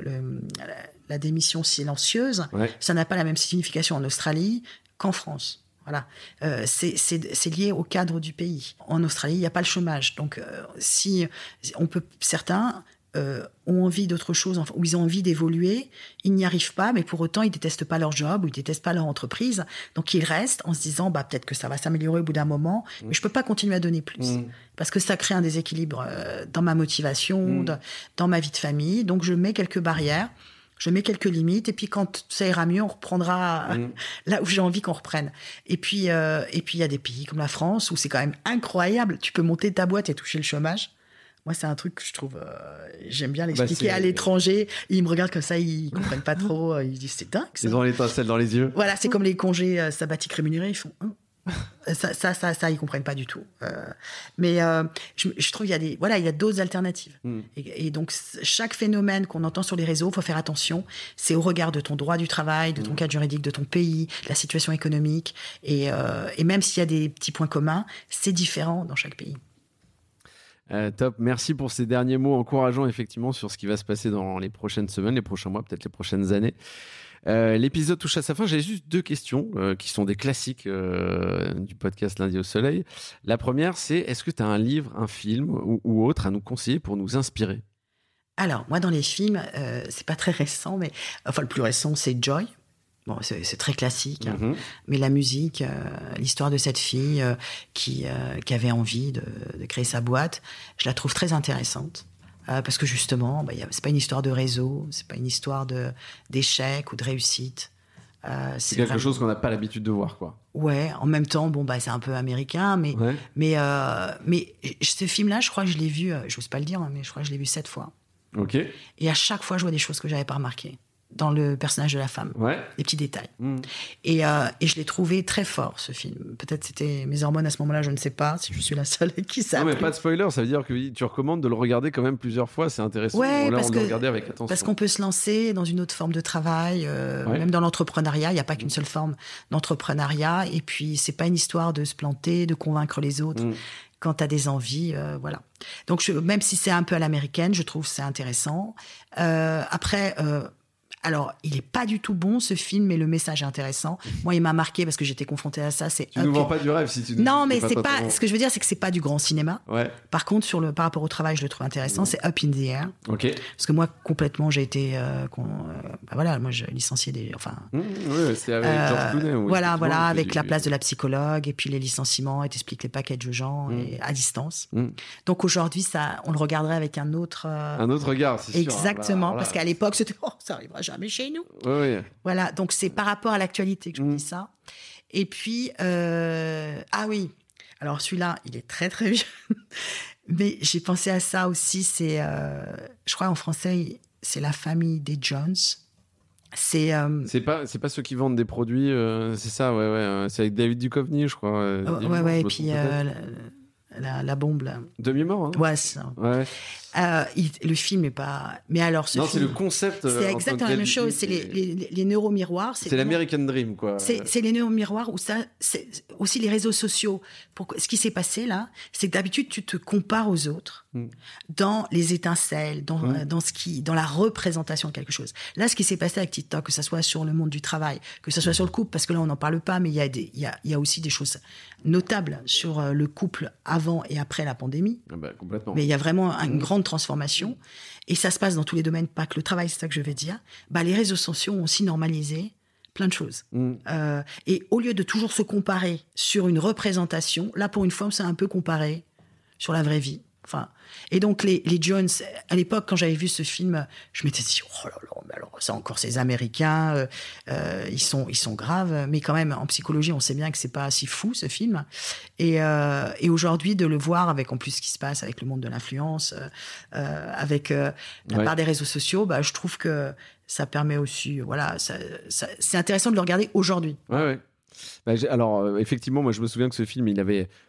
Speaker 2: la démission silencieuse, ça n'a pas la même signification en Australie qu'en France. Voilà. C'est lié au cadre du pays. En Australie, il n'y a pas le chômage. Donc, si on peut, certains ont envie d'autre chose, ou ils ont envie d'évoluer, ils n'y arrivent pas, mais pour autant, ils détestent pas leur job ou ils détestent pas leur entreprise. Donc, ils restent en se disant, peut-être que ça va s'améliorer au bout d'un moment, mais je peux pas continuer à donner plus. Parce que ça crée un déséquilibre dans ma motivation, dans ma vie de famille. Donc, je mets quelques barrières, je mets quelques limites, et puis quand ça ira mieux, on reprendra là où j'ai envie qu'on reprenne. Et puis, il y a des pays comme la France où c'est quand même incroyable. Tu peux monter ta boîte et toucher le chômage. Moi, c'est un truc que je trouve... j'aime bien l'expliquer à l'étranger. Ils me regardent comme ça, ils comprennent pas trop. Ils disent, c'est dingue, ça.
Speaker 3: Ils ont l'étincelle dans les yeux.
Speaker 2: Voilà, c'est comme les congés sabbatiques rémunérés. Ils font... Ça, ils comprennent pas du tout. Mais je trouve qu'il y a d'autres alternatives. Et donc, chaque phénomène qu'on entend sur les réseaux, il faut faire attention. C'est au regard de ton droit du travail, de ton cadre juridique, de ton pays, de la situation économique. Et même s'il y a des petits points communs, c'est différent dans chaque pays.
Speaker 3: Top, merci pour ces derniers mots encourageants effectivement sur ce qui va se passer dans les prochaines semaines, les prochains mois, peut-être les prochaines années. L'épisode touche à sa fin. J'ai juste 2 questions qui sont des classiques du podcast Lundi au Soleil. La première, c'est est-ce que tu as un livre, un film ou autre à nous conseiller pour nous inspirer ?
Speaker 2: Alors, moi, dans les films, c'est pas très récent, mais le plus récent, c'est Joy. Bon, c'est très classique, mais la musique, l'histoire de cette fille qui avait envie de créer sa boîte, je la trouve très intéressante. Parce que justement, c'est pas une histoire de réseau, c'est pas une histoire d'échec ou de réussite.
Speaker 3: C'est quelque chose qu'on n'a pas l'habitude de voir, quoi.
Speaker 2: Ouais, en même temps, c'est un peu américain, mais ce film-là, je crois que je l'ai vu, j'ose pas le dire, mais je crois que je l'ai vu 7 fois.
Speaker 3: Ok.
Speaker 2: Et à chaque fois, je vois des choses que j'avais pas remarquées dans le personnage de la femme, des petits détails. Et je l'ai trouvé très fort, ce film. Peut-être c'était mes hormones à ce moment-là, je ne sais pas si je suis la seule qui savent.
Speaker 3: Non, mais pas de spoiler, ça veut dire que tu recommandes de le regarder quand même plusieurs fois, c'est intéressant.
Speaker 2: Ouais,
Speaker 3: là, on doit regarder avec attention.
Speaker 2: Parce qu'on peut se lancer dans une autre forme de travail, même dans l'entrepreneuriat, il n'y a pas qu'une seule forme d'entrepreneuriat, et puis c'est pas une histoire de se planter, de convaincre les autres. Quand tu as des envies, voilà. Donc, même si c'est un peu à l'américaine, je trouve que c'est intéressant. Après... alors, il est pas du tout bon, ce film, mais le message est intéressant. Moi, il m'a marqué parce que j'étais confrontée à ça. Tu
Speaker 3: nous vends pas du rêve si tu nous...
Speaker 2: Non, mais c'est pas... Ce que je veux dire, c'est que c'est pas du grand cinéma. Par contre, par rapport au travail, je le trouve intéressant. C'est Up in the Air.
Speaker 3: Ok.
Speaker 2: Parce que moi, complètement, j'ai été... moi, j'ai licencié des...
Speaker 3: c'est avec George Clooney.
Speaker 2: Voilà, avec la place de la psychologue et puis les licenciements, et t'expliques les packages aux gens et à distance. Donc aujourd'hui, on le regarderait avec un autre
Speaker 3: regard, c'est sûr.
Speaker 2: Exactement, parce qu'à l'époque, c'était ça arrivera jamais chez nous. Voilà, donc c'est par rapport à l'actualité que je vous dis ça. Et puis, oui, alors celui-là, il est très très vieux, mais j'ai pensé à ça aussi. C'est, je crois en français, c'est La famille des Jones. C'est
Speaker 3: pas ceux qui vendent des produits, c'est ça, c'est avec David Duchovny, je crois.
Speaker 2: Et puis la bombe là.
Speaker 3: Demi-mort, hein.
Speaker 2: Ouais, ça. Le film est pas. Mais alors,
Speaker 3: c'est le concept.
Speaker 2: C'est exactement la même chose. C'est les neuromiroirs.
Speaker 3: C'est l'American Dream, quoi.
Speaker 2: C'est les neuromiroirs où ça. C'est aussi les réseaux sociaux. Ce qui s'est passé là, c'est que d'habitude tu te compares aux autres dans les étincelles, dans la représentation de quelque chose. Là, ce qui s'est passé avec TikTok, que ça soit sur le monde du travail, que ça soit sur le couple, parce que là on n'en parle pas, mais il y a aussi des choses notables sur le couple avant et après la pandémie.
Speaker 3: Complètement.
Speaker 2: Mais il y a vraiment une grande grande transformation, et ça se passe dans tous les domaines, pas que le travail, c'est ça que je vais dire, les réseaux sociaux ont aussi normalisé plein de choses. Et au lieu de toujours se comparer sur une représentation, là, pour une fois, on s'est un peu comparé sur la vraie vie. Et donc, les Jones, à l'époque, quand j'avais vu ce film, je m'étais dit, oh là là, mais alors, c'est encore ces Américains, ils sont graves. Mais quand même, en psychologie, on sait bien que c'est pas si fou, ce film. Et aujourd'hui, de le voir avec, en plus, ce qui se passe avec le monde de l'influence, avec la part des réseaux sociaux, je trouve que ça permet aussi, c'est intéressant de le regarder aujourd'hui.
Speaker 3: Ouais. Alors, effectivement, moi, je me souviens que ce film, il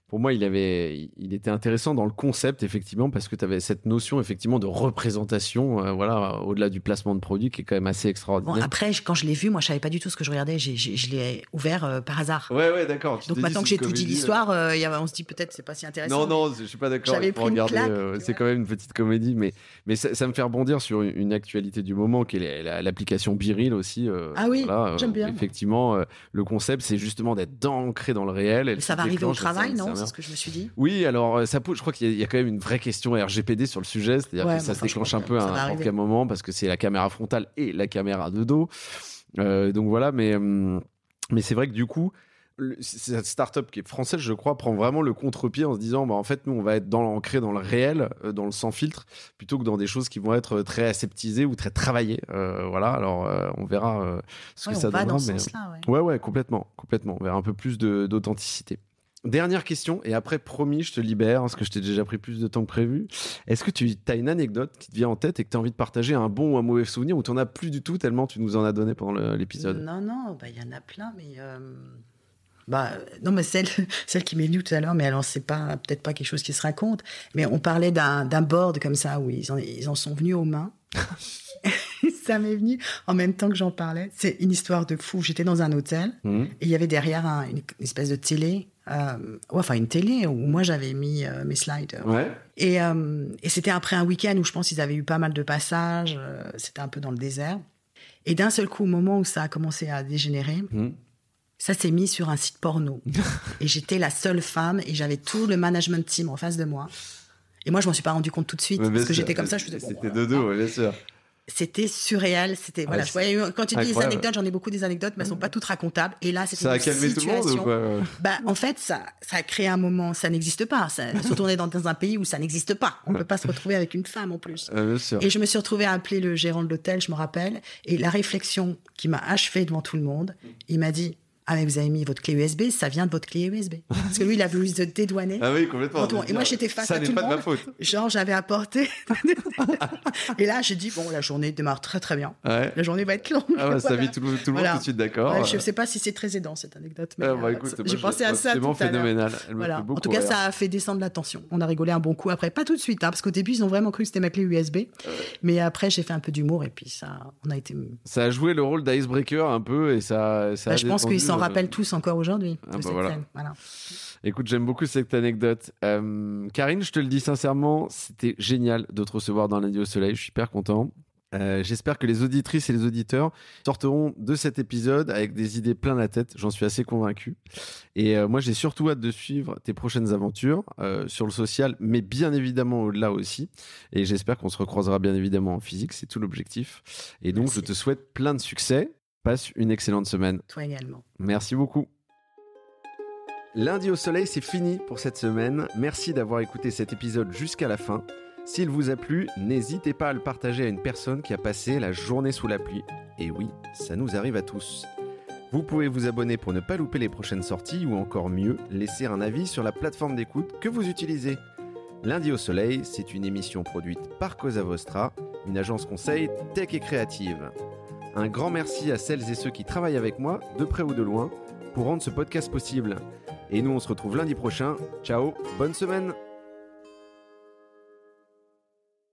Speaker 3: était intéressant dans le concept, effectivement, parce que tu avais cette notion, effectivement, de représentation, au-delà du placement de produit, qui est quand même assez extraordinaire.
Speaker 2: Bon, après, quand je l'ai vu, moi, je savais pas du tout ce que je regardais. Je l'ai ouvert par hasard.
Speaker 3: Ouais, d'accord.
Speaker 2: Donc maintenant que j'ai tout dit l'histoire, on se dit peut-être c'est pas si intéressant.
Speaker 3: Non, je suis pas d'accord.
Speaker 2: J'avais pris une claque.
Speaker 3: C'est quand même une petite comédie, mais ça me fait rebondir sur une actualité du moment, qui est l'application BeReal aussi.
Speaker 2: J'aime bien.
Speaker 3: Effectivement, le concept, c'est justement d'être ancré dans le réel.
Speaker 2: Ça va arriver au travail, non ? C'est ce que je me suis dit.
Speaker 3: Oui, alors je crois qu'il y a quand même une vraie question RGPD sur le sujet, c'est-à-dire que ça se déclenche un peu à n'importe quel moment, parce que c'est la caméra frontale et la caméra de dos. Donc voilà, mais c'est vrai que du coup, cette start-up qui est française, je crois, prend vraiment le contre-pied en se disant, en fait, nous, on va être ancré dans le réel, dans le sans filtre, plutôt que dans des choses qui vont être très aseptisées ou très travaillées. Alors on verra ce que ça donnera.
Speaker 2: Dans ce sens-là,
Speaker 3: ouais, complètement. On verra un peu plus d'authenticité. Dernière question, et après, promis, je te libère, parce que je t'ai déjà pris plus de temps que prévu. Est-ce que tu as une anecdote qui te vient en tête et que tu as envie de partager, un bon ou un mauvais souvenir, ou tu n'en as plus du tout, tellement tu nous en as donné pendant l'épisode ?
Speaker 2: Non, il y en a plein, mais... non, mais celle qui m'est venue tout à l'heure, mais alors c'est peut-être pas quelque chose qui se raconte, mais on parlait d'un board comme ça, où ils en sont venus aux mains. Ça m'est venu en même temps que j'en parlais. C'est une histoire de fou. J'étais dans un hôtel et il y avait derrière une espèce de télé, une télé où moi j'avais mis mes slides.
Speaker 3: Ouais.
Speaker 2: Et c'était après un week-end où je pense qu'ils avaient eu pas mal de passages. C'était un peu dans le désert. Et d'un seul coup, au moment où ça a commencé à dégénérer, ça s'est mis sur un site porno. Et j'étais la seule femme et j'avais tout le management team en face de moi. Et moi, je m'en suis pas rendu compte tout de suite parce que j'étais comme ça. Je faisais,
Speaker 3: c'était dodo, bien sûr.
Speaker 2: C'était surréel. C'était je voyais, quand tu dis des anecdotes, j'en ai beaucoup des anecdotes, mais elles sont pas toutes racontables. Et là, c'était
Speaker 3: ça a calmé tout le monde ou quoi ?
Speaker 2: En fait, ça a créé un moment. Ça n'existe pas. Surtout on est dans un pays où ça n'existe pas. On peut pas se retrouver avec une femme en plus.
Speaker 3: Bien sûr.
Speaker 2: Et je me suis retrouvée à appeler le gérant de l'hôtel, je me rappelle. Et la réflexion qui m'a achevée devant tout le monde, il m'a dit. Ah, mais vous avez mis votre clé USB, ça vient de votre clé USB. Parce que lui, il a voulu se dédouaner.
Speaker 3: Ah oui, complètement.
Speaker 2: Et moi, j'étais face à tout le monde. Ça n'est pas de ma faute. Genre, j'avais apporté. Et là, j'ai dit, la journée démarre très, très bien. Ouais. La journée va être longue.
Speaker 3: Ah, ça vit tout le monde tout de suite, d'accord.
Speaker 2: Ouais, je ne sais pas si c'est très aidant, cette anecdote. Mais
Speaker 3: écoute,
Speaker 2: j'ai pensé à ça.
Speaker 3: C'est phénoménal.
Speaker 2: En tout cas, ça a fait descendre la tension. On a rigolé un bon coup après. Pas tout de suite, parce qu'au début, ils ont vraiment cru que c'était ma clé USB. Mais après, j'ai fait un peu d'humour et puis on a été.
Speaker 3: Ça a joué le rôle d'icebreaker un peu et ça
Speaker 2: je pense qu'ils s'en rappellent tous encore aujourd'hui.
Speaker 3: Voilà. Écoute, j'aime beaucoup cette anecdote. Karine, je te le dis sincèrement, c'était génial de te recevoir dans Lundi au Soleil. Je suis hyper content. J'espère que les auditrices et les auditeurs sortiront de cet épisode avec des idées plein la tête. J'en suis assez convaincu. Et moi, j'ai surtout hâte de suivre tes prochaines aventures sur le social, mais bien évidemment au-delà aussi. Et j'espère qu'on se recroisera bien évidemment en physique. C'est tout l'objectif. Et donc, je te souhaite plein de succès. Passe une excellente semaine.
Speaker 2: Toi également.
Speaker 3: Merci beaucoup. Lundi au Soleil, c'est fini pour cette semaine. Merci d'avoir écouté cet épisode jusqu'à la fin. S'il vous a plu, n'hésitez pas à le partager à une personne qui a passé la journée sous la pluie. Et oui, ça nous arrive à tous. Vous pouvez vous abonner pour ne pas louper les prochaines sorties ou encore mieux, laisser un avis sur la plateforme d'écoute que vous utilisez. Lundi au Soleil, c'est une émission produite par Cosa Vostra, une agence conseil tech et créative. Un grand merci à celles et ceux qui travaillent avec moi, de près ou de loin, pour rendre ce podcast possible. Et nous, on se retrouve lundi prochain. Ciao, bonne semaine!